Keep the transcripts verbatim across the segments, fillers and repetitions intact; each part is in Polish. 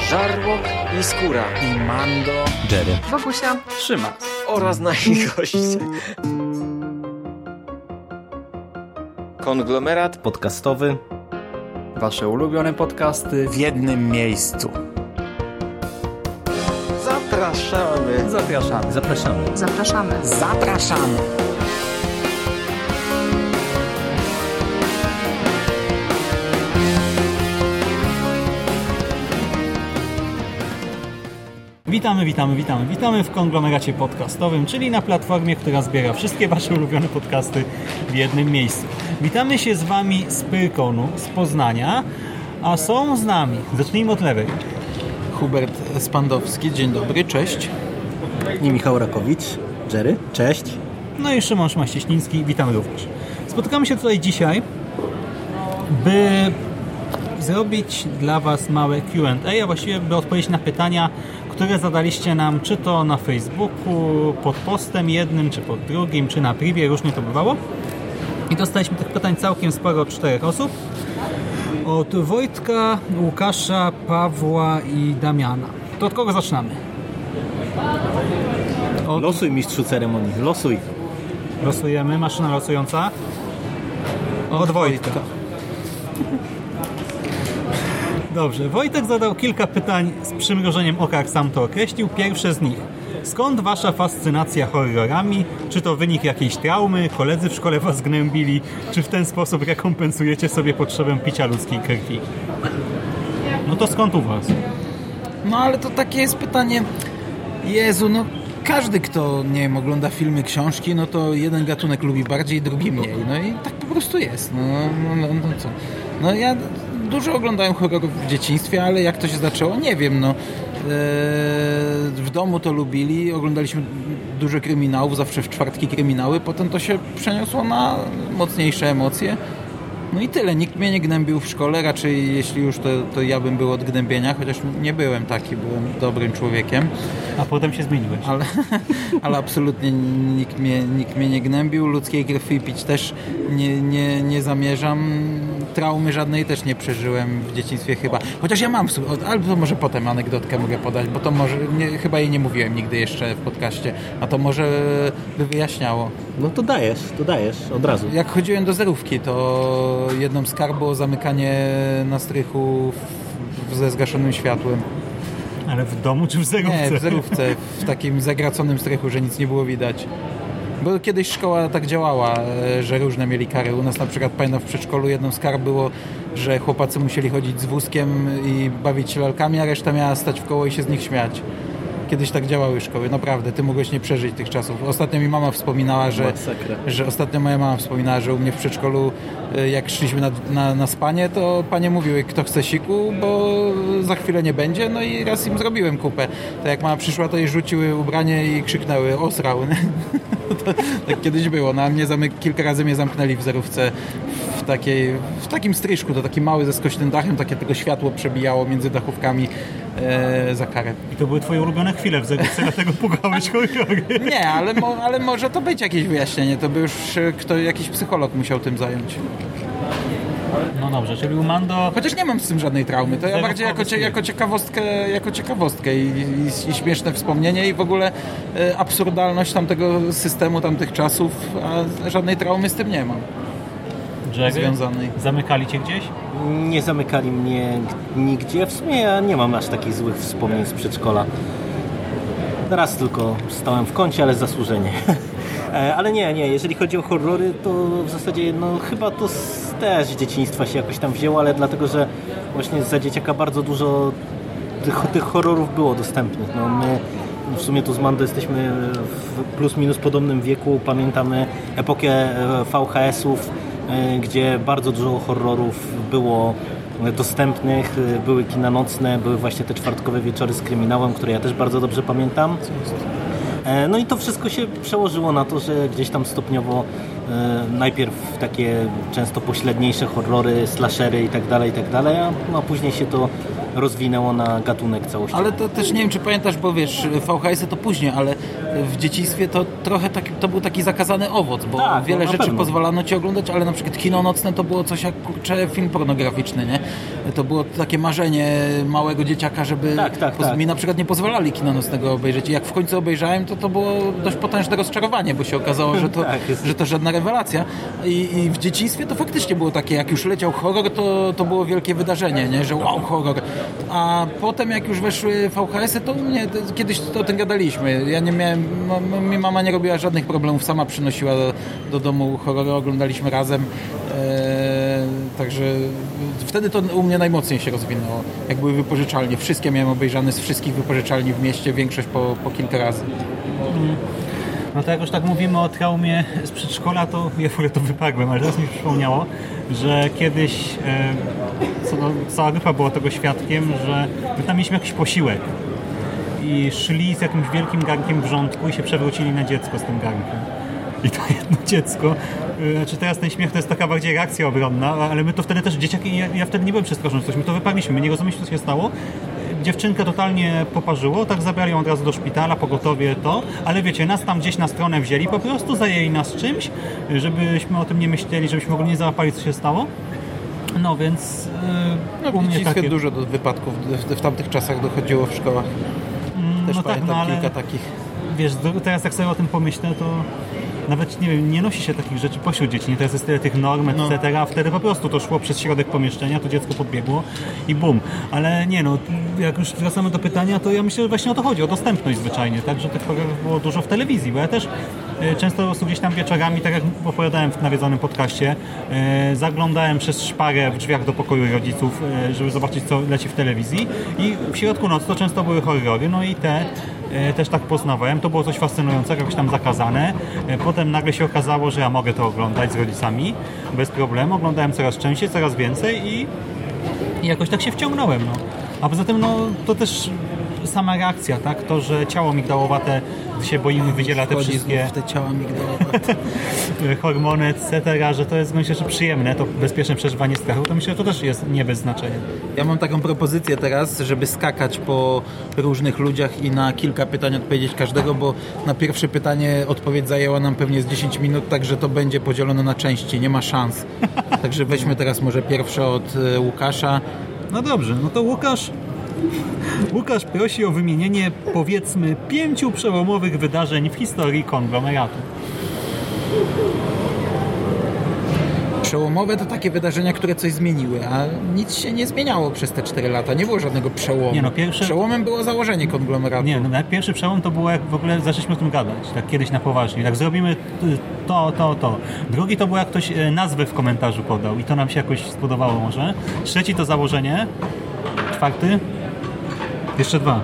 Żarłok i Skóra i Mando, Jerry, Wokusia, Trzyma oraz nasi goście. Konglomerat podcastowy. Wasze ulubione podcasty w jednym miejscu. Zapraszamy. Zapraszamy. Zapraszamy. zapraszamy. Zapraszamy. Witamy, witamy, witamy. Witamy w konglomeracie podcastowym, czyli na platformie, która zbiera wszystkie wasze ulubione podcasty w jednym miejscu. Witamy się z wami z Pyrkonu, z Poznania, a są z nami, zacznijmy od lewej, Hubert Spandowski, dzień dobry, cześć. I Michał Rakowicz, Jerry, cześć. no i Szymon Szymaś-Cieśliński, witamy również. Spotykamy się tutaj dzisiaj, by zrobić dla was małe Q and A, a właściwie by odpowiedzieć na pytania, które zadaliście nam, czy to na Facebooku, pod postem jednym, czy pod drugim, czy na privie, różnie to bywało. I dostaliśmy tych pytań całkiem sporo od czterech osób. Od Wojtka, Łukasza, Pawła i Damiana. To od kogo zaczynamy? Od... Losuj, mistrzu ceremonii, losuj. Losujemy, maszyna losująca. Od Wojtka. Dobrze, Wojtek zadał kilka pytań z przymrużeniem oka, jak sam to określił. Pierwsze z nich. Skąd wasza fascynacja horrorami? Czy to wynik jakiejś traumy? Koledzy w szkole was gnębili? Czy w ten sposób rekompensujecie sobie potrzebę picia ludzkiej krwi? No to skąd u was? No ale to takie jest pytanie, Jezu, no każdy, kto, nie wiem, ogląda filmy, książki, no to jeden gatunek lubi bardziej, drugi mniej. No i tak po prostu jest. No, no, no, no co? No ja dużo oglądałem horrorów w dzieciństwie, ale jak to się zaczęło, nie wiem, no. W domu to lubili, oglądaliśmy dużo kryminałów, zawsze w czwartki kryminały, potem to się przeniosło na mocniejsze emocje. No i tyle, nikt mnie nie gnębił w szkole, raczej jeśli już to, to ja bym był od gnębienia, chociaż nie byłem taki, byłem dobrym człowiekiem. A potem się zmieniłeś. Ale, ale absolutnie nikt mnie, nikt mnie nie gnębił, ludzkiej krwi pić też nie, nie, nie zamierzam, traumy żadnej też nie przeżyłem w dzieciństwie chyba. Chociaż ja mam, ale to może potem anegdotkę mogę podać, bo to może, nie, chyba jej nie mówiłem nigdy jeszcze w podcaście, a to może by wyjaśniało. No to dajesz, to dajesz, od razu. Jak chodziłem do zerówki, to jedną z kar było zamykanie na strychu w, ze zgaszonym światłem. Ale w domu czy w zerówce? Nie, w zerówce, w takim zagraconym strychu, że nic nie było widać. Bo kiedyś szkoła tak działała, że różne mieli kary. U nas na przykład, pamiętam, w przedszkolu jedną z kar było, że chłopacy musieli chodzić z wózkiem i bawić się lalkami, a reszta miała stać w koło i się z nich śmiać. Kiedyś tak działały szkoły, naprawdę, ty mogłeś nie przeżyć tych czasów. Ostatnio mi mama wspominała, że, że ostatnio moja mama wspominała, że u mnie w przedszkolu, jak szliśmy na, na, na spanie, to panie mówiły, kto chce siku, bo za chwilę nie będzie, no i raz im zrobiłem kupę. To jak mama przyszła, to jej rzuciły ubranie i krzyknęły, osrał. To, tak kiedyś było, no a mnie zamyk- kilka razy mnie zamknęli w zerówce w, takiej, w takim stryszku, to taki mały ze skośnym dachem, takie tylko światło przebijało między dachówkami e, za karę. I to były twoje ulubione chwile w zerówce, dlatego pukałeś horrory. Nie, ale, mo, ale może to być jakieś wyjaśnienie, to by już kto, jakiś psycholog musiał tym zająć. No dobrze, czyli u Mando... Chociaż nie mam z tym żadnej traumy, to ja bardziej jako, jako ciekawostkę, jako ciekawostkę i, i, i śmieszne wspomnienie i w ogóle e, absurdalność tamtego systemu, tamtych czasów, a żadnej traumy z tym nie mam. Jerry, związanej. Zamykali cię gdzieś? Nie zamykali mnie nigdzie. W sumie ja nie mam aż takich złych wspomnień z przedszkola. Raz tylko stałem w kącie, ale zasłużenie. Ale nie, nie, jeżeli chodzi o horrory, to w zasadzie no chyba to z, też z dzieciństwa się jakoś tam wzięło, ale dlatego, że właśnie za dzieciaka bardzo dużo tych, tych horrorów było dostępnych. No my w sumie tu z Mando jesteśmy w plus minus podobnym wieku, pamiętamy epokę V H S-ów, gdzie bardzo dużo horrorów było dostępnych, były kina nocne, były właśnie te czwartkowe wieczory z kryminałem, które ja też bardzo dobrze pamiętam. No i to wszystko się przełożyło na to, że gdzieś tam stopniowo e, najpierw takie często pośredniejsze horrory, slashery i tak dalej, i tak dalej, a no, później się to rozwinęło na gatunek całościowy. Ale to też nie wiem, czy pamiętasz, bo wiesz, V H S-y to później, ale w dzieciństwie to trochę taki, to był taki zakazany owoc, bo tak, wiele no, rzeczy pewno. pozwalano ci oglądać, ale na przykład kino nocne to było coś jak, kurczę, film pornograficzny, nie? To było takie marzenie małego dzieciaka, żeby... Tak, tak, poz- tak. Mi na przykład nie pozwalali kina nocnego obejrzeć. I jak w końcu obejrzałem, to to było dość potężne rozczarowanie, bo się okazało, że to, Tak, jest- że to żadna rewelacja. I, I w dzieciństwie to faktycznie było takie, jak już leciał horror, to, to było wielkie wydarzenie, nie? Że wow, horror. A potem jak już weszły V H S-y, to u mnie to, kiedyś o tym gadaliśmy. Ja nie miałem, no, mi mama nie robiła żadnych problemów, sama przynosiła do, do domu horrory, oglądaliśmy razem. Eee, także wtedy to u mnie najmocniej się rozwinęło. Jak były wypożyczalnie, wszystkie miałem obejrzane z wszystkich wypożyczalni w mieście, większość po, po kilka razy. No to jak już tak mówimy o traumie z przedszkola, to ja w ogóle to wypadłem, ale teraz mi się przypomniało, że kiedyś e, co, no, cała grupa była tego świadkiem, że my tam mieliśmy jakiś posiłek i szli z jakimś wielkim garnkiem wrzątku i się przewrócili na dziecko z tym garnkiem. I to jedno dziecko, e, znaczy teraz ten śmiech to jest taka bardziej reakcja obronna, ale my to wtedy też, dzieciaki, ja, ja wtedy nie byłem przestraszony, coś, my to wyparliśmy, my nie rozumieliśmy, co się stało. Dziewczynkę totalnie poparzyło, tak zabrali ją od razu do szpitala, pogotowie to, ale wiecie, nas tam gdzieś na stronę wzięli, po prostu zajęli nas czymś, żebyśmy o tym nie myśleli, żebyśmy w ogóle nie załapali, co się stało. No więc yy, No, u w mnie dzieciństwie takie... dużo do wypadków w, w tamtych czasach dochodziło w szkołach. Też no tak, pamiętam no ale kilka takich. wiesz, teraz jak sobie o tym pomyślę, to nawet, nie wiem, nie nosi się takich rzeczy pośród dzieci. Nie? Teraz jest tyle tych norm, et cetera. Wtedy po prostu to szło przez środek pomieszczenia, to dziecko podbiegło i bum. Ale nie no, jak już wracamy do pytania, to ja myślę, że właśnie o to chodzi, o dostępność zwyczajnie, tak? Że tych horrorów było dużo w telewizji, bo ja też e, często gdzieś tam wieczorami, tak jak opowiadałem w nawiedzonym podcaście, e, zaglądałem przez szparę w drzwiach do pokoju rodziców, e, żeby zobaczyć, co leci w telewizji i w środku nocy to często były horrory, no i te e, też tak poznawałem. To było coś fascynującego, jakoś tam zakazane. E, potem nagle się okazało, że ja mogę to oglądać z rodzicami bez problemu. Oglądałem coraz częściej, coraz więcej i, i jakoś tak się wciągnąłem. No. A poza tym no, to też sama reakcja, tak? To, że ciało migdałowate się boimy, wydziela te Wchodzi wszystkie znów w te ciała migdałowate. hormony, et cetera, że to jest myślę, że przyjemne, to bezpieczne przeżywanie strachu, to myślę, że to też jest nie bez znaczenia. Ja mam taką propozycję teraz, żeby skakać po różnych ludziach i na kilka pytań odpowiedzieć każdego, bo na pierwsze pytanie odpowiedź zajęła nam pewnie z dziesięć minut, także to będzie podzielone na części, nie ma szans. Także weźmy teraz może pierwsze od e, Łukasza. No dobrze, no to Łukasz Łukasz prosi o wymienienie powiedzmy pięciu przełomowych wydarzeń w historii konglomeratu. Przełomowe to takie wydarzenia, które coś zmieniły, a nic się nie zmieniało przez te cztery lata. Nie było żadnego przełomu. Nie no, pierwsze- Przełomem było założenie konglomeratu. Nie, no pierwszy przełom to było jak w ogóle zaczęliśmy o tym gadać, tak kiedyś na poważnie, tak zrobimy to, to, to. Drugi to było jak ktoś e, nazwę w komentarzu podał i to nam się jakoś spodobało może. Trzeci to założenie. Czwarty? Jeszcze dwa.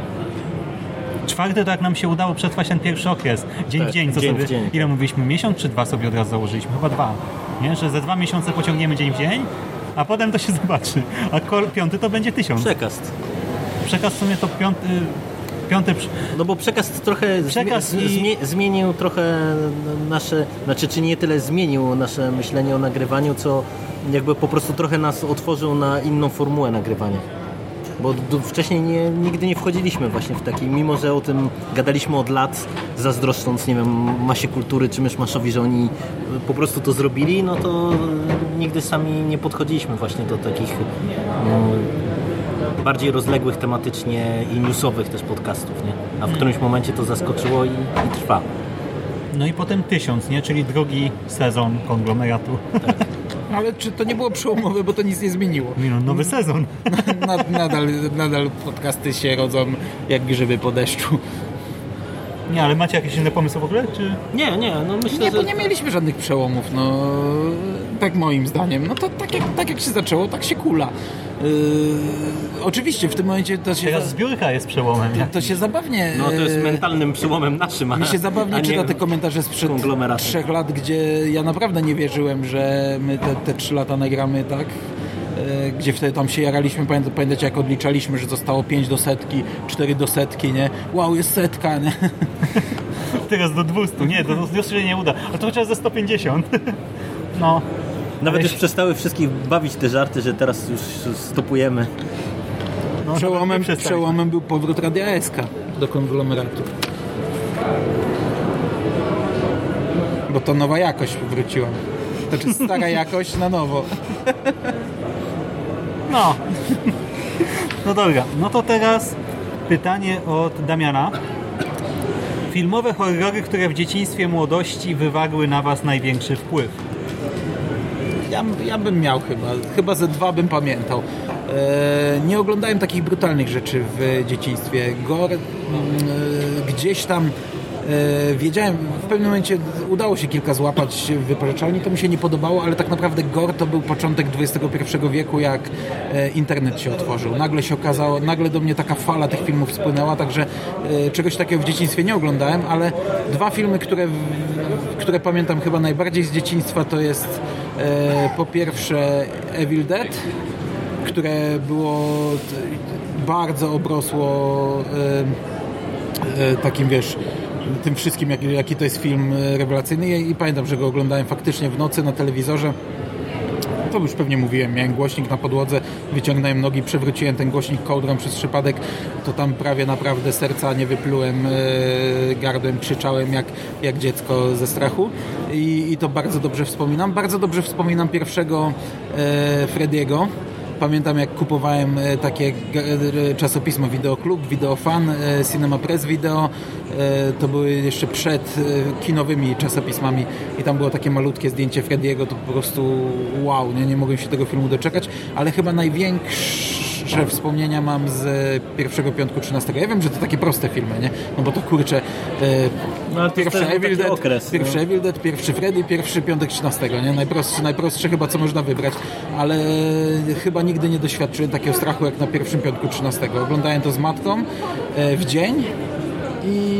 Czwarty to jak nam się udało przetrwać ten pierwszy okres. Dzień Tak, w dzień, co dzień w sobie, dzień. ile mówiliśmy? Miesiąc czy dwa sobie od razu założyliśmy? Chyba dwa. Nie? Że za dwa miesiące pociągniemy dzień w dzień, a potem to się zobaczy. A kol, piąty to będzie tysiąc. Przekaz. Przekaz w sumie to piąty... Piąty... przy- No bo przekaz trochę Przekaz zmi- i- zmie- zmienił trochę nasze, znaczy czy nie tyle zmienił nasze myślenie o nagrywaniu, co jakby po prostu trochę nas otworzył na inną formułę nagrywania. Bo d- wcześniej nie, nigdy nie wchodziliśmy właśnie w taki, mimo że o tym gadaliśmy od lat, zazdroszcząc, nie wiem, Masie Kultury czy Myszmaszowi, że oni po prostu to zrobili, no to nigdy sami nie podchodziliśmy właśnie do takich no, bardziej rozległych tematycznie i newsowych też podcastów, nie? A w którymś momencie to zaskoczyło i, i trwa. No i potem tysiąc, nie? Czyli drugi sezon konglomeratu. Ale czy to nie było przełomowe, bo to nic nie zmieniło. No, nowy sezon. Nad, nadal, nadal podcasty się rodzą jak grzyby po deszczu. Nie, ale macie jakieś inne pomysły w ogóle? Czy... Nie, nie, no myślę, Nie, bo że... nie mieliśmy żadnych przełomów, no tak moim zdaniem. No to tak jak, tak jak się zaczęło, tak się kula. Yy, oczywiście w tym momencie to się, Teraz zbiórka jest przełomem. to, to się zabawnie... No to jest yy, mentalnym przełomem naszym, a Mi się zabawnie a nie czyta te komentarze sprzed konglomeratem. trzech lat, gdzie ja naprawdę nie wierzyłem, że my te, te trzy lata nagramy, tak? E, Gdzie wtedy tam się jaraliśmy, pamięt- pamiętacie jak odliczaliśmy, że zostało pięć do setki, cztery do setki, nie? Wow, jest setka, nie? Teraz do dwustu. Nie, to już się nie uda. A to chociaż ze sto pięćdziesiąt. No. Nawet Ale już się- przestały wszystkich bawić te żarty, że teraz już stopujemy. No, Przełomem, nie przełomem był powrót Radia S K do konglomeratu. Bo to nowa jakość wróciła. To czy stara jakość na nowo. No. No dobra, no to teraz pytanie od Damiana. Filmowe horrory, które w dzieciństwie, młodości wywarły na was największy wpływ? Ja, ja bym miał chyba. Chyba ze dwa bym pamiętał. E, nie oglądałem takich brutalnych rzeczy w dzieciństwie. Gore e, gdzieś tam e, wiedziałem, w pewnym momencie udało się kilka złapać w wypożyczalni, to mi się nie podobało, ale tak naprawdę gore to był początek dwudziestego pierwszego wieku, jak e, internet się otworzył. Nagle się okazało, nagle do mnie taka fala tych filmów spłynęła, także e, czegoś takiego w dzieciństwie nie oglądałem, ale dwa filmy, które, które pamiętam chyba najbardziej z dzieciństwa, to jest e, po pierwsze Evil Dead, które było bardzo obrosło e, e, takim, wiesz, tym wszystkim, jaki, jaki to jest film rewelacyjny i, i pamiętam, że go oglądałem faktycznie w nocy na telewizorze. To już pewnie mówiłem, miałem głośnik na podłodze, wyciągnąłem nogi, przewróciłem ten głośnik kołdrą przez przypadek, to tam prawie naprawdę serca nie wyplułem, e, gardłem, krzyczałem jak, jak dziecko ze strachu i, i to bardzo dobrze wspominam. Bardzo dobrze wspominam pierwszego e, Frediego. Pamiętam, jak kupowałem takie czasopismo Wideoklub, Wideofan, Cinema Press Video. To były jeszcze przed kinowymi czasopismami i tam było takie malutkie zdjęcie Frediego, to po prostu wow, nie, nie mogłem się tego filmu doczekać, ale chyba największe wspomnienia mam z pierwszego piątku trzynastego. Ja wiem, że to takie proste filmy, nie? No bo to kurczę no, pierwszy Evil Dead, okres, pierwszy no. Evil Dead, pierwszy Freddy, pierwszy piątek trzynastego, nie? Najprostsze, najprostsze chyba, co można wybrać, ale chyba nigdy nie doświadczyłem takiego strachu jak na pierwszym piątku trzynastego. Oglądałem to z matką w dzień i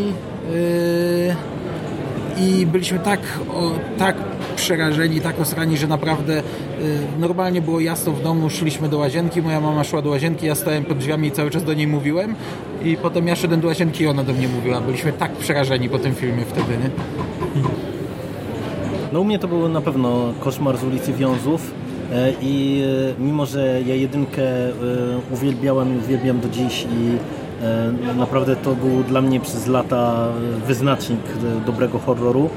i byliśmy tak, o, tak przerażeni, tak osrani, że naprawdę y, normalnie było jasno w domu, szliśmy do łazienki, moja mama szła do łazienki, ja stałem pod drzwiami i cały czas do niej mówiłem i potem ja szedłem do łazienki i ona do mnie mówiła. Byliśmy tak przerażeni po tym filmie wtedy, nie? No u mnie to był na pewno Koszmar z ulicy Wiązów i mimo, że ja jedynkę uwielbiałem i uwielbiam do dziś i naprawdę to był dla mnie przez lata wyznacznik dobrego horroru,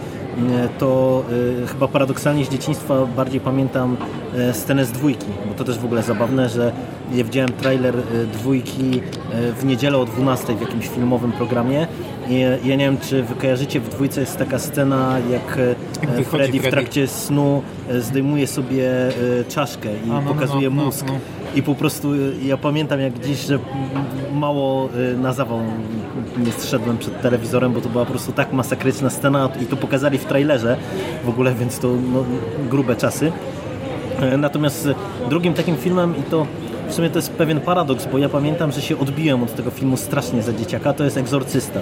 to chyba paradoksalnie z dzieciństwa bardziej pamiętam scenę z dwójki, bo to też w ogóle zabawne, że ja widziałem trailer dwójki w niedzielę o dwunastej w jakimś filmowym programie i ja nie wiem, czy wy kojarzycie, w dwójce jest taka scena, jak Freddy w trakcie snu zdejmuje sobie czaszkę i no, pokazuje no, no, mózg. no, no. I po prostu ja pamiętam jak dziś, że mało na zawał nie zszedłem przed telewizorem, bo to była po prostu tak masakryczna scena i to pokazali w trailerze w ogóle, więc to no, grube czasy. Natomiast drugim takim filmem, i to w sumie to jest pewien paradoks, bo ja pamiętam, że się odbiłem od tego filmu strasznie za dzieciaka, to jest Egzorcysta.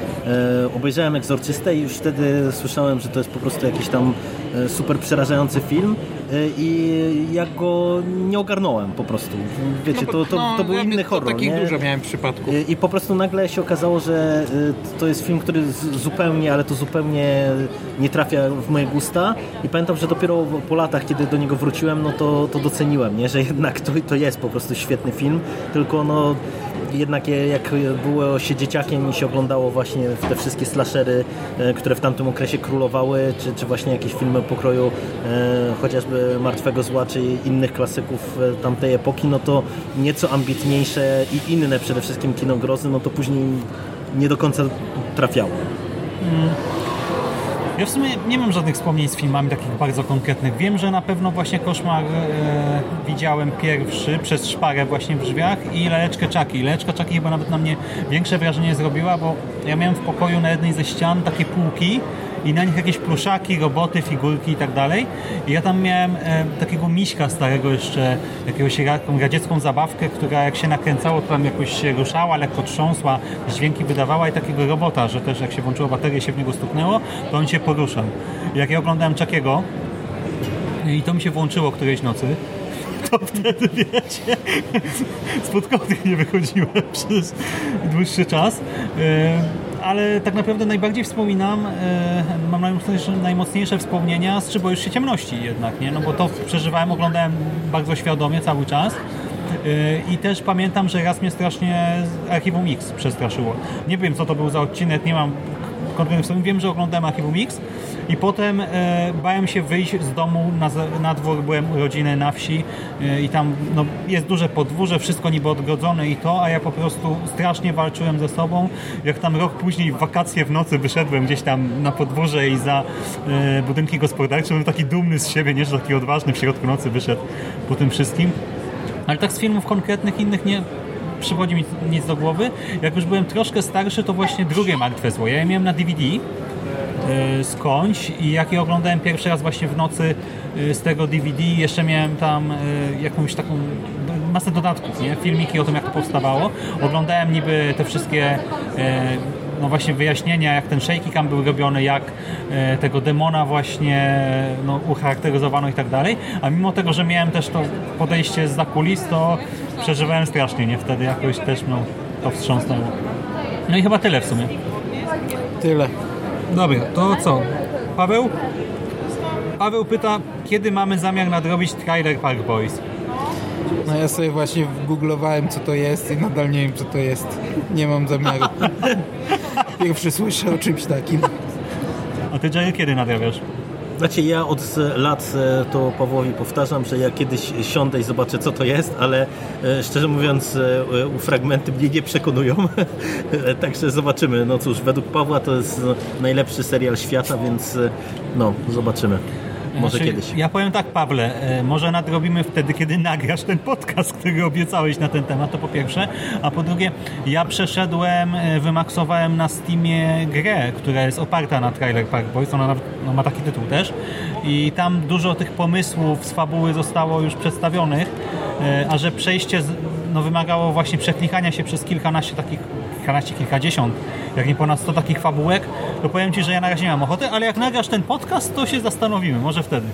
E, obejrzałem Egzorcystę i już wtedy słyszałem, że to jest po prostu jakiś tam e, super przerażający film e, i ja go nie ogarnąłem po prostu. Wiecie, no, to, to, no, to był ja inny to horror. Takich nie? dużo miałem przypadków. I, I po prostu nagle się okazało, że e, to jest film, który z, zupełnie, ale to zupełnie nie trafia w moje gusta i pamiętam, że dopiero po latach, kiedy do niego wróciłem, no to, to doceniłem, nie? Że jednak to, to jest po prostu świetny film, tylko no jednak jak było się dzieciakiem i się oglądało właśnie te wszystkie slashery, które w tamtym okresie królowały, czy, czy właśnie jakieś filmy pokroju e, chociażby Martwego Zła, czy innych klasyków tamtej epoki, no to nieco ambitniejsze i inne przede wszystkim kino grozy, no to później nie do końca trafiało. Hmm. Ja w sumie nie mam żadnych wspomnień z filmami takich bardzo konkretnych. Wiem, że na pewno właśnie Koszmar e, widziałem pierwszy przez szparę właśnie w drzwiach i Laleczkę Chucky. Laleczka Chucky chyba nawet na mnie większe wrażenie zrobiła, bo ja miałem w pokoju na jednej ze ścian takie półki i na nich jakieś pluszaki, roboty, figurki i tak dalej. I ja tam miałem e, takiego miśka starego jeszcze, jakąś radziecką zabawkę, która jak się nakręcało, to tam jakoś się ruszała, lekko trząsła, dźwięki wydawała i takiego robota, że też jak się włączyło baterię, się w niego stuknęło, to on się poruszał. I jak ja oglądałem Chuckiego i to mi się włączyło którejś nocy, to wtedy, wiecie, spod kołdry nie wychodziłem przez dłuższy czas. Ale tak naprawdę najbardziej wspominam, mam najmocniejsze, najmocniejsze wspomnienia z Czy boisz się ciemności jednak, nie? No bo to przeżywałem, oglądałem bardzo świadomie cały czas I też pamiętam, że raz mnie strasznie Archiwum X przestraszyło. Nie wiem, co to był za odcinek, nie mam konkretnie w sobie. Wiem, że oglądałem Archiwum X i potem e, bałem się wyjść z domu na, na dwór, byłem u rodziny na wsi e, i tam no, jest duże podwórze, wszystko niby odgrodzone i to, a ja po prostu strasznie walczyłem ze sobą. Jak tam rok później w wakacje w nocy wyszedłem gdzieś tam na podwórze i za e, budynki gospodarcze, byłem taki dumny z siebie, nie, że taki odważny w środku nocy wyszedł po tym wszystkim. Ale tak z filmów konkretnych innych nie przychodzi mi nic do głowy. Jak już byłem troszkę starszy, to właśnie drugie Martwe Zło. Ja je miałem na D V D yy, skądś i jak je oglądałem pierwszy raz właśnie w nocy yy, z tego D V D, jeszcze miałem tam yy, jakąś taką masę dodatków, nie? Filmiki o tym, jak to powstawało. Oglądałem niby te wszystkie yy, no właśnie wyjaśnienia, jak ten shaky cam był robiony, jak e, tego demona właśnie no, ucharakteryzowano i tak dalej, a mimo tego, że miałem też to podejście zza kulis, to przeżywałem strasznie, nie? Wtedy jakoś też no, to wstrząsnęło. No i chyba tyle w sumie. Tyle. Dobra, to co? Paweł? Paweł pyta, kiedy mamy zamiar nadrobić Trailer Park Boys? No ja sobie właśnie googlowałem, co to jest i nadal nie wiem, co to jest. Nie mam zamiaru. Pierwszy słyszę o czymś takim. A ty, Jerry, kiedy nadrabiasz? Znaczy ja od lat to Pawłowi powtarzam, że ja kiedyś siądę i zobaczę, co to jest, ale szczerze mówiąc fragmenty mnie nie przekonują. Także zobaczymy. No cóż, według Pawła to jest najlepszy serial świata, więc no, zobaczymy. Może znaczy, kiedyś. Ja powiem tak, Pawle, może nadrobimy wtedy, kiedy nagrasz ten podcast, który obiecałeś na ten temat, to po pierwsze. A po drugie, ja przeszedłem, wymaksowałem na Steamie grę, która jest oparta na Trailer Park Boys. Ona no, ma taki tytuł też. I tam dużo tych pomysłów z fabuły zostało już przedstawionych, a że przejście z, no, wymagało właśnie przeklikania się przez kilkanaście takich, kilkanaście, kilkadziesiąt, jak nie ponad sto takich fabułek, to powiem Ci, że ja na razie nie mam ochoty, ale jak nagrasz ten podcast, to się zastanowimy, może wtedy.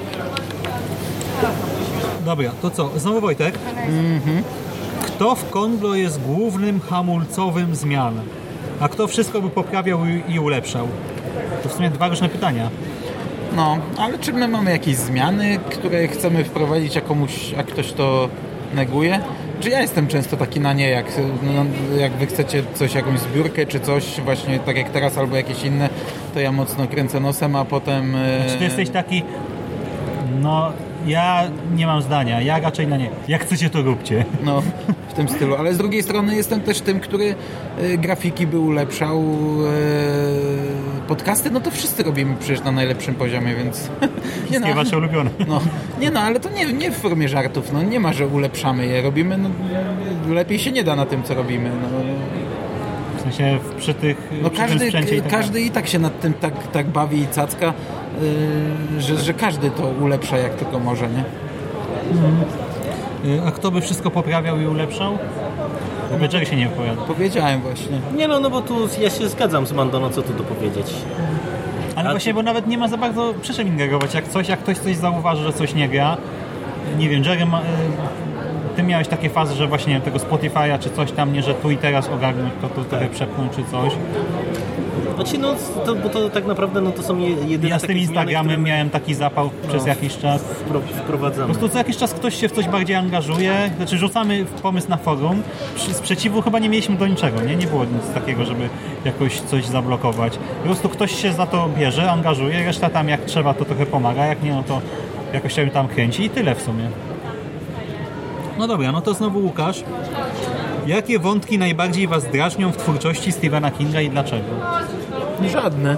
Dobra, to co? Znowu Wojtek? Mhm. Kto w Konblo jest głównym hamulcowym zmian? A kto wszystko by poprawiał i ulepszał? To w sumie dwa różne pytania. No, ale czy my mamy jakieś zmiany, które chcemy wprowadzić, a komuś, a ktoś to neguje? Czy ja jestem często taki na nie, jak, no, jak wy chcecie coś, jakąś zbiórkę czy coś, właśnie tak jak teraz albo jakieś inne, to ja mocno kręcę nosem, a potem... Czy ty jesteś taki, no ja nie mam zdania, ja raczej na nie. Jak chcecie, to róbcie. No, w tym stylu. Ale z drugiej strony jestem też tym, który y, grafiki by ulepszał, y, podcasty, no to wszyscy robimy przecież na najlepszym poziomie, więc... nie no, wasze ulubione. No, nie no, ale to nie, nie w formie żartów, no nie ma, że ulepszamy je, robimy, no lepiej się nie da na tym, co robimy, no. W sensie przy tych no przy każdy, tym sprzęcie i tak każdy i tak się nad tym tak, tak bawi i cacka, yy, że, że każdy to ulepsza jak tylko może, nie? Mhm. A kto by wszystko poprawiał i ulepszał? Bo Jerry się nie wypowiada. Powiedziałem właśnie. Nie no, no bo tu ja się zgadzam z Mando, no co tu dopowiedzieć. Ale A właśnie, ty... bo nawet nie ma za bardzo przy czym ingerować. Jak coś, jak ktoś coś zauważy, że coś nie gra, nie wiem, Jerry ma... Ty miałeś takie fazy, że właśnie tego Spotify'a czy coś tam, nie, że tu i teraz ogarnąć, to tu trochę przepchnąć czy coś. Znaczy no, to, bo to tak naprawdę no, to są jedyne ja z tym Instagramem zmiany, miałem taki zapał no, przez jakiś czas. Wprowadzamy. Po prostu co jakiś czas ktoś się w coś bardziej angażuje, znaczy rzucamy pomysł na forum, sprzeciwu chyba nie mieliśmy do niczego, nie? Nie było nic takiego, żeby jakoś coś zablokować. Po prostu ktoś się za to bierze, angażuje, reszta tam jak trzeba to trochę pomaga, jak nie, no to jakoś się tam kręci i tyle w sumie. No dobra, no to znowu Łukasz. Jakie wątki najbardziej Was drażnią w twórczości Stephena Kinga i dlaczego? Żadne.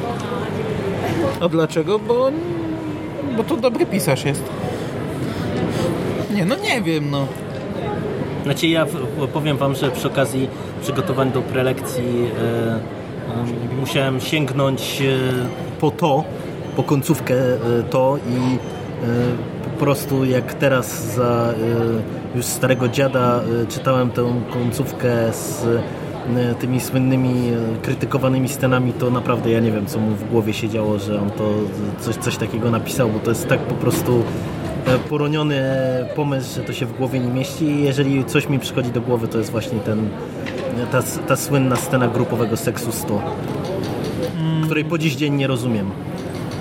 A dlaczego? Bo, bo to dobry pisarz jest. Nie, no nie wiem, no. Znaczy ja powiem Wam, że przy okazji przygotowań do prelekcji e, e, musiałem sięgnąć e, po to, po końcówkę e, to i e, po prostu jak teraz za e, już starego dziada e, czytałem tę końcówkę z e, tymi słynnymi e, krytykowanymi scenami, to naprawdę ja nie wiem, co mu w głowie się działo, że on to coś, coś takiego napisał, bo to jest tak po prostu poroniony pomysł, że to się w głowie nie mieści i jeżeli coś mi przychodzi do głowy, to jest właśnie ten, ta, ta słynna scena grupowego seksu sto, mm. której po dziś dzień nie rozumiem.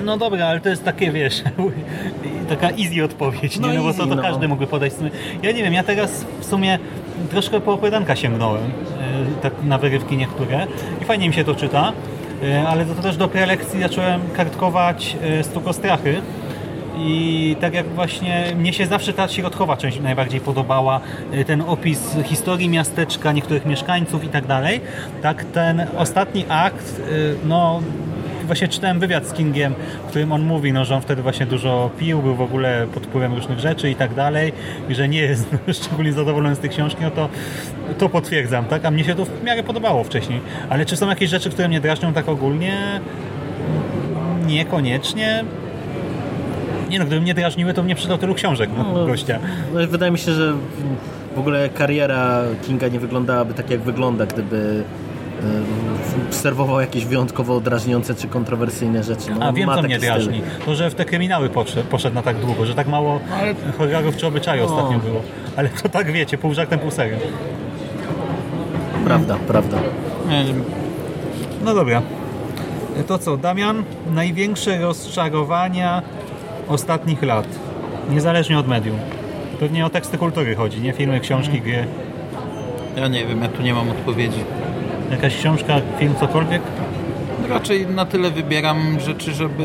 No dobra, ale to jest takie, wiesz, taka easy odpowiedź, nie? No No bo easy, to, to no. każdy mógłby podać. Ja nie wiem, ja teraz w sumie troszkę po opowiadanka sięgnąłem, yy, tak na wyrywki niektóre i fajnie mi się to czyta, yy, ale to też do prelekcji zacząłem kartkować yy, Stuk Ostrachy. I tak jak właśnie mnie się zawsze ta środkowa część najbardziej podobała, ten opis historii miasteczka, niektórych mieszkańców i tak dalej, tak ten ostatni akt, no właśnie czytałem wywiad z Kingiem, w którym on mówi, no, że on wtedy właśnie dużo pił, był w ogóle pod wpływem różnych rzeczy i tak dalej i że nie jest szczególnie zadowolony z tej książki, no to to potwierdzam, tak? A mnie się to w miarę podobało wcześniej. Ale czy są jakieś rzeczy, które mnie drażnią tak ogólnie? Niekoniecznie. Nie no, gdyby mnie drażniły, to mnie przydał tylu książek, no, No, gościa. No, wydaje mi się, że w ogóle kariera Kinga nie wyglądałaby tak, jak wygląda, gdyby e, serwował jakieś wyjątkowo drażniące czy kontrowersyjne rzeczy. No, A wiem, ma co taki mnie styl. drażni. To, że w te kryminały poszedł, poszedł na tak długo, że tak mało horrorów czy obyczaju No. ostatnio było. Ale to tak wiecie, pół żartem, pół serio. Prawda, prawda. No dobra. To co, Damian? Największe rozczarowania ostatnich lat. Niezależnie od medium. Pewnie o teksty kultury chodzi, nie? Filmy, książki, gry. Ja nie wiem, ja tu nie mam odpowiedzi. Jakaś książka, film, cokolwiek? Raczej na tyle wybieram rzeczy, żeby...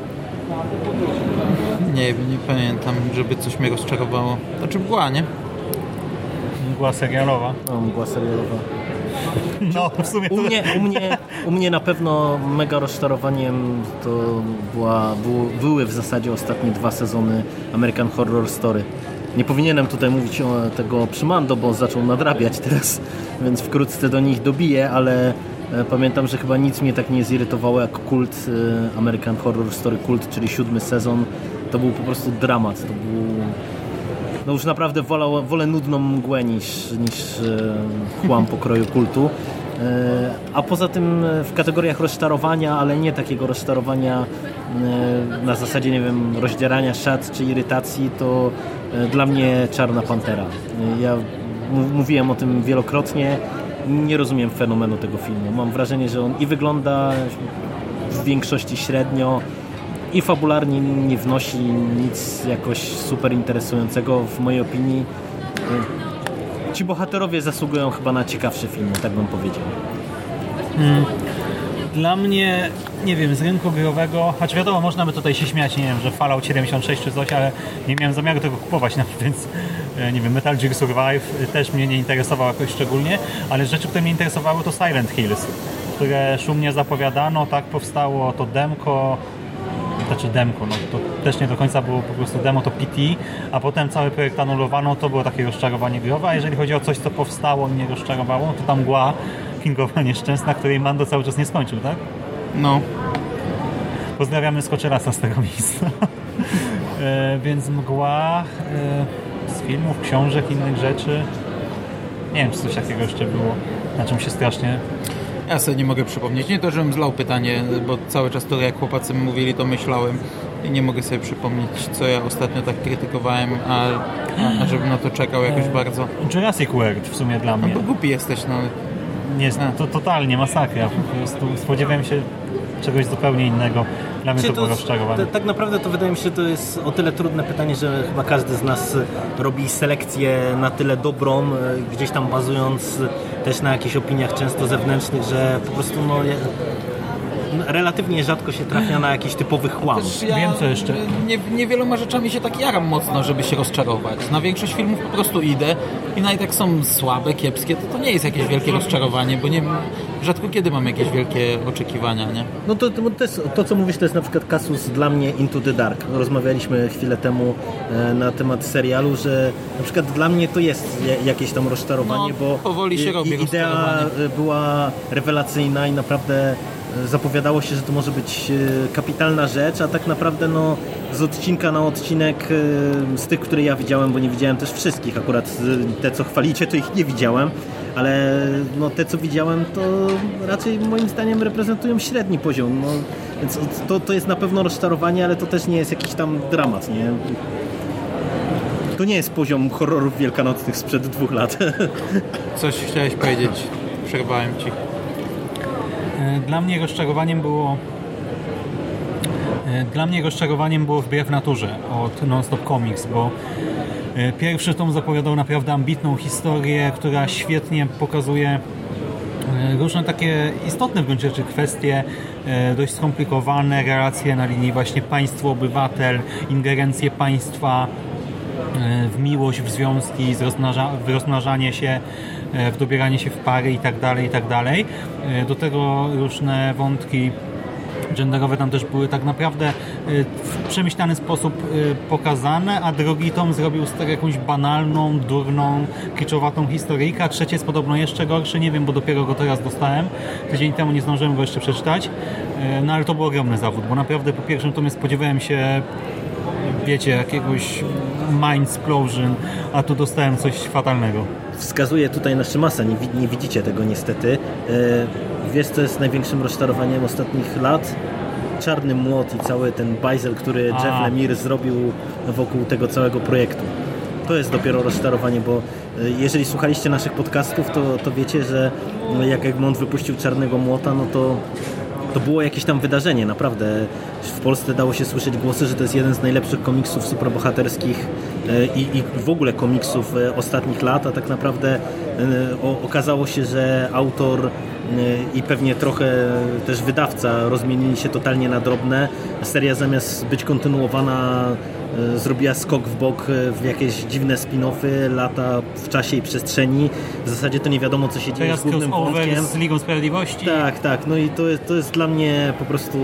Nie wiem, nie pamiętam, żeby coś mnie rozczarowało. Znaczy mgła, nie? Mgła serialowa. No, mgła serialowa. No, w sumie to... U mnie, u mnie, u mnie na pewno mega rozczarowaniem to była, było, były w zasadzie ostatnie dwa sezony American Horror Story. Nie powinienem tutaj mówić o tego Przymando, bo zaczął nadrabiać teraz, więc wkrótce do nich dobiję, ale e, pamiętam, że chyba nic mnie tak nie zirytowało jak kult e, American Horror Story Kult, czyli siódmy sezon. To był po prostu dramat. To był... No już naprawdę wolę, wolę nudną mgłę niż, niż e, chłam pokroju kultu. E, a poza tym w kategoriach rozczarowania, ale nie takiego rozczarowania e, na zasadzie, nie wiem, rozdzierania szat czy irytacji, to e, dla mnie Czarna Pantera. E, ja m- mówiłem o tym wielokrotnie. Nie rozumiem fenomenu tego filmu. Mam wrażenie, że on i wygląda w większości średnio, i fabularnie nie wnosi nic jakoś super interesującego w mojej opinii. Ci bohaterowie zasługują chyba na ciekawszy film, tak bym powiedział. Hmm. Dla mnie, nie wiem, z rynku growego, choć wiadomo, można by tutaj się śmiać, nie wiem, że Fallout siedemdziesiąt sześć czy coś, ale nie miałem zamiaru tego kupować nawet, więc nie wiem, Metal Gear Survive też mnie nie interesował jakoś szczególnie, ale rzeczy, które mnie interesowały, to Silent Hills, które szumnie zapowiadano, tak powstało to demko, znaczy demko, no to też nie do końca było po prostu demo, to P T, a potem cały projekt anulowano, to było takie rozczarowanie growe, a jeżeli chodzi o coś, co powstało i mnie rozczarowało, to ta mgła kingowa nieszczęsna, której Mando cały czas nie skończył, tak? No. Pozdrawiamy Skoczerasa z tego miejsca. e, więc mgła e, z filmów, książek, innych rzeczy. Nie wiem, czy coś takiego jeszcze było, na czym się strasznie... Ja sobie nie mogę przypomnieć. Nie to, żebym zlał pytanie, bo cały czas to, jak chłopacy mówili, to myślałem i nie mogę sobie przypomnieć, co ja ostatnio tak krytykowałem, a, a, a żebym na to czekał jakoś e, bardzo. Jurassic World w sumie dla mnie. No bo głupi jesteś, no. Nie, to totalnie masakra. Po prostu spodziewałem się czegoś zupełnie innego. Dla mnie to, to było rozczarowanie. Tak naprawdę to wydaje mi się, że to jest o tyle trudne pytanie, że chyba każdy z nas robi selekcję na tyle dobrą, gdzieś tam bazując też na jakichś opiniach często zewnętrznych, że po prostu no, relatywnie rzadko się trafia na jakiś typowy chłam. Ja Wiem co jeszcze. Nie, niewieloma rzeczami się tak jaram mocno, żeby się rozczarować. Na większość filmów po prostu idę i nawet jak są słabe, kiepskie, to to nie jest jakieś wielkie rozczarowanie, bo nie, rzadko kiedy mam jakieś wielkie oczekiwania, nie? No to, to, to, jest, to co mówisz, to jest na przykład kasus dla mnie Into the Dark. Rozmawialiśmy chwilę temu e, na temat serialu, że na przykład dla mnie to jest jakieś tam rozczarowanie, no, bo powoli się robi idea była rewelacyjna i naprawdę zapowiadało się, że to może być kapitalna rzecz, a tak naprawdę no, z odcinka na odcinek z tych, które ja widziałem, bo nie widziałem też wszystkich, akurat te, co chwalicie, to ich nie widziałem, ale no, te, co widziałem, to raczej moim zdaniem reprezentują średni poziom, no, więc to, to jest na pewno rozczarowanie, ale to też nie jest jakiś tam dramat, nie? To nie jest poziom horrorów wielkanocnych sprzed dwóch lat. Coś chciałeś powiedzieć, przerwałem ci. Dla mnie rozczarowaniem było Dla mnie rozczarowaniem było Wbrew naturze od Non-Stop Comics, bo pierwszy tom zapowiadał naprawdę ambitną historię, która świetnie pokazuje różne takie istotne w gruncie rzeczy kwestie, dość skomplikowane relacje na linii właśnie państwo-obywatel, ingerencje państwa w miłość, w związki, w rozmnażanie się, w dobieranie się w pary i tak dalej, i tak dalej. Do tego różne wątki genderowe tam też były tak naprawdę w przemyślany sposób pokazane, a drugi tom zrobił z tego jakąś banalną, durną, kiczowatą historyjkę, a trzeci jest podobno jeszcze gorszy, nie wiem, bo dopiero go teraz dostałem. Tydzień temu nie zdążyłem go jeszcze przeczytać, no ale to był ogromny zawód, bo naprawdę po pierwszym tomie spodziewałem się, wiecie, jakiegoś mindsplosion, a tu dostałem coś fatalnego. Wskazuje tutaj na Szymasa, nie, nie widzicie tego niestety. Wiesz, co jest największym rozczarowaniem ostatnich lat? Czarny Młot i cały ten bajzel, który Jeff Lemire zrobił wokół tego całego projektu. To jest dopiero rozczarowanie, bo jeżeli słuchaliście naszych podcastów, to, to wiecie, że jak Egmont wypuścił Czarnego Młota, no to to było jakieś tam wydarzenie, naprawdę. W Polsce dało się słyszeć głosy, że to jest jeden z najlepszych komiksów superbohaterskich i, i w ogóle komiksów ostatnich lat, a tak naprawdę o, okazało się, że autor i pewnie trochę też wydawca rozmienili się totalnie na drobne. Seria zamiast być kontynuowana zrobiła skok w bok w jakieś dziwne spin-offy, lata w czasie i przestrzeni. W zasadzie to nie wiadomo, co się dzieje teraz z głównym wątkiem. z Ligą Sprawiedliwości. Tak, tak. No i to jest, to jest dla mnie po prostu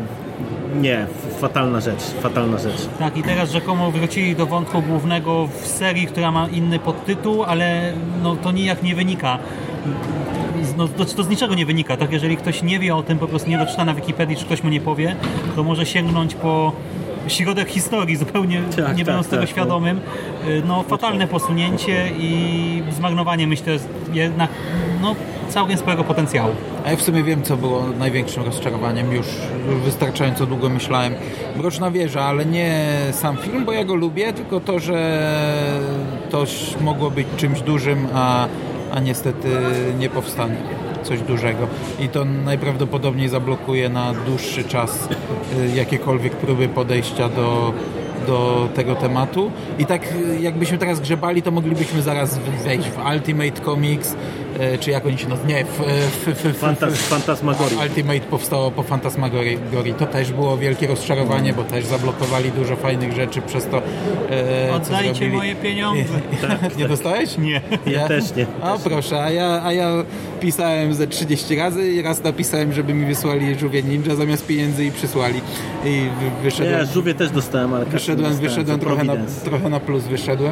nie, fatalna rzecz, fatalna rzecz. Tak, i teraz rzekomo wrócili do wątku głównego w serii, która ma inny podtytuł, ale no, to nijak nie wynika. No, to, to z niczego nie wynika, tak? Jeżeli ktoś nie wie o tym, po prostu nie doczyta na Wikipedii, czy ktoś mu nie powie, to może sięgnąć po środek historii, zupełnie tak, nie będąc tak, tego tak, świadomym. No, fatalne posunięcie i zmarnowanie, myślę, jednak no, całkiem sporego potencjału. A ja w sumie wiem, co było największym rozczarowaniem. Już, już wystarczająco długo myślałem. Mroczna Wieża, ale nie sam film, bo ja go lubię, tylko to, że to mogło być czymś dużym, a, a niestety nie powstanie coś dużego. I to najprawdopodobniej zablokuje na dłuższy czas jakiekolwiek próby podejścia do, do tego tematu. I tak jakbyśmy teraz grzebali, to moglibyśmy zaraz wejść w Ultimate Comics, czy jak oni się nazywają? Nie, w, w, w, w, Fantas, Fantasmagorii. Ultimate powstało po Fantasmagorii. To też było wielkie rozczarowanie, bo też zablokowali dużo fajnych rzeczy przez to, e, Oddajcie co zrobili. moje pieniądze. Tak, nie dostałeś? Nie. Ja też nie. A proszę, a ja, a ja pisałem ze trzydzieści razy i raz napisałem, żeby mi wysłali Żółwie Ninja zamiast pieniędzy i przysłali. I wyszedłem. Ja Żółwie też dostałem, ale wyszedłem, dostałem, wyszedłem trochę na, trochę na plus wyszedłem.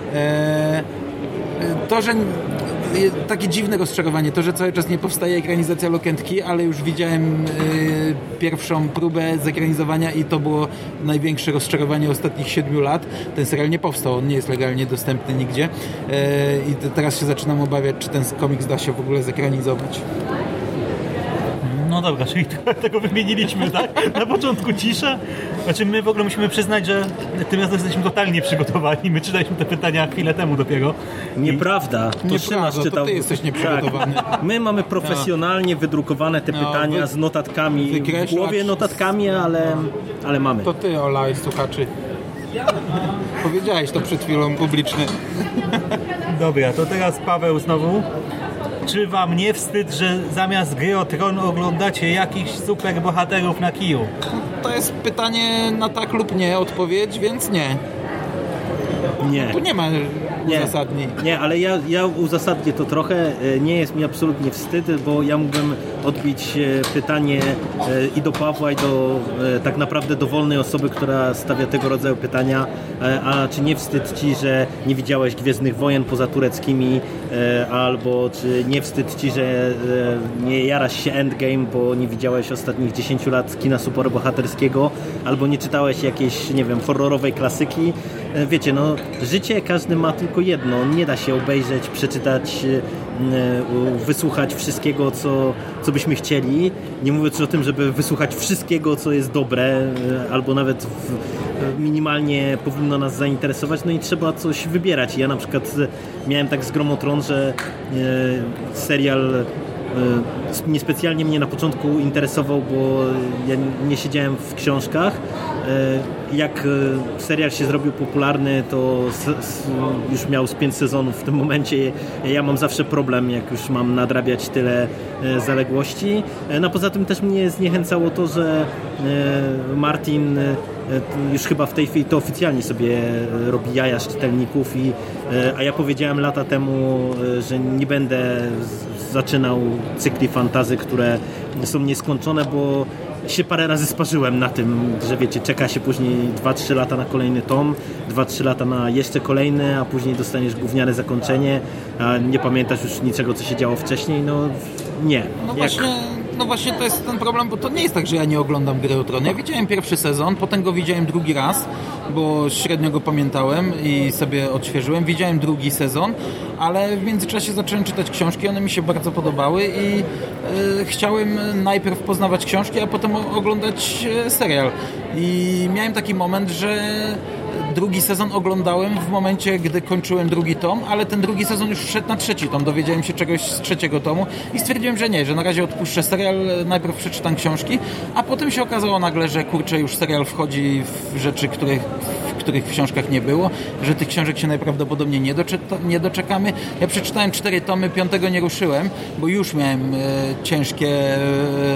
E, to, że takie dziwne rozczarowanie, to, że cały czas nie powstaje ekranizacja Lokentki, ale już widziałem y, pierwszą próbę zekranizowania i to było największe rozczarowanie ostatnich siedmiu lat. Ten serial nie powstał, on nie jest legalnie dostępny nigdzie y, i to teraz się zaczynam obawiać, czy ten komiks da się w ogóle zekranizować. No dobra, czyli tego wymieniliśmy, tak? Na początku cisza. Znaczy my w ogóle musimy przyznać, że tym razem jesteśmy totalnie przygotowani. My czytaliśmy te pytania chwilę temu dopiero. Nieprawda. To Nieprawda, to ty jesteś nieprzygotowany. Tak. My mamy profesjonalnie wydrukowane te No, pytania wy- z notatkami, w głowie notatkami, ale, ale mamy. To ty, Ola, i słuchaczy. Powiedziałeś to przed chwilą publicznie. Dobra, to teraz Paweł znowu. Czy wam nie wstyd, że zamiast Gry o Tron oglądacie jakichś super bohaterów na kiju? To jest pytanie na tak lub nie odpowiedź, więc nie. Nie. Tu nie ma Nie, uzasadnień. nie, ale ja, ja uzasadnię to trochę. Nie jest mi absolutnie wstyd, bo ja mógłbym odbić pytanie i do Pawła, i do tak naprawdę dowolnej osoby, która stawia tego rodzaju pytania. A czy nie wstyd ci, że nie widziałeś Gwiezdnych Wojen poza tureckimi? Albo czy nie wstyd ci, że nie jarasz się Endgame, bo nie widziałeś ostatnich dziesięciu lat kina superbohaterskiego? Albo nie czytałeś jakiejś, nie wiem, horrorowej klasyki? Wiecie, no życie każdy ma tylko jedno. Nie da się obejrzeć, przeczytać, wysłuchać wszystkiego, co, co byśmy chcieli. Nie mówiąc o tym, żeby wysłuchać wszystkiego, co jest dobre, albo nawet w, minimalnie powinno nas zainteresować. No i trzeba coś wybierać. Ja na przykład miałem tak z Grom o Tron, że serial y, niespecjalnie mnie na początku interesował, bo ja nie siedziałem w książkach. Y, jak y, serial się zrobił popularny, to s, s, już miał z pięć sezonów w tym momencie. Ja mam zawsze problem, jak już mam nadrabiać tyle y, zaległości. Y, no poza tym też mnie zniechęcało to, że y, Martin y, już chyba w tej chwili to oficjalnie sobie robi jaja z czytelników, i, a ja powiedziałem lata temu, że nie będę zaczynał cykli fantasy, które są nieskończone, bo się parę razy sparzyłem na tym, że wiecie, czeka się później dwa trzy lata na kolejny tom, dwa trzy lata na jeszcze kolejny, a później dostaniesz gówniane zakończenie, a nie pamiętasz już niczego, co się działo wcześniej. No nie. No Jak... właśnie, no właśnie to jest ten problem, bo to nie jest tak, że ja nie oglądam Gry o Tron. Ja widziałem pierwszy sezon, potem go widziałem drugi raz, bo średnio go pamiętałem i sobie odświeżyłem. Widziałem drugi sezon, ale w międzyczasie zacząłem czytać książki, one mi się bardzo podobały i y, chciałem najpierw poznawać książki, a potem oglądać serial. I miałem taki moment, że drugi sezon oglądałem w momencie, gdy kończyłem drugi tom, ale ten drugi sezon już wszedł na trzeci tom. Dowiedziałem się czegoś z trzeciego tomu i stwierdziłem, że nie, że na razie odpuszczę serial, najpierw przeczytam książki, a potem się okazało nagle, że kurczę, już serial wchodzi w rzeczy, których, w których w książkach nie było, że tych książek się najprawdopodobniej nie, doczy- nie doczekamy. Ja przeczytałem cztery tomy, piątego nie ruszyłem, bo już miałem e, ciężkie e,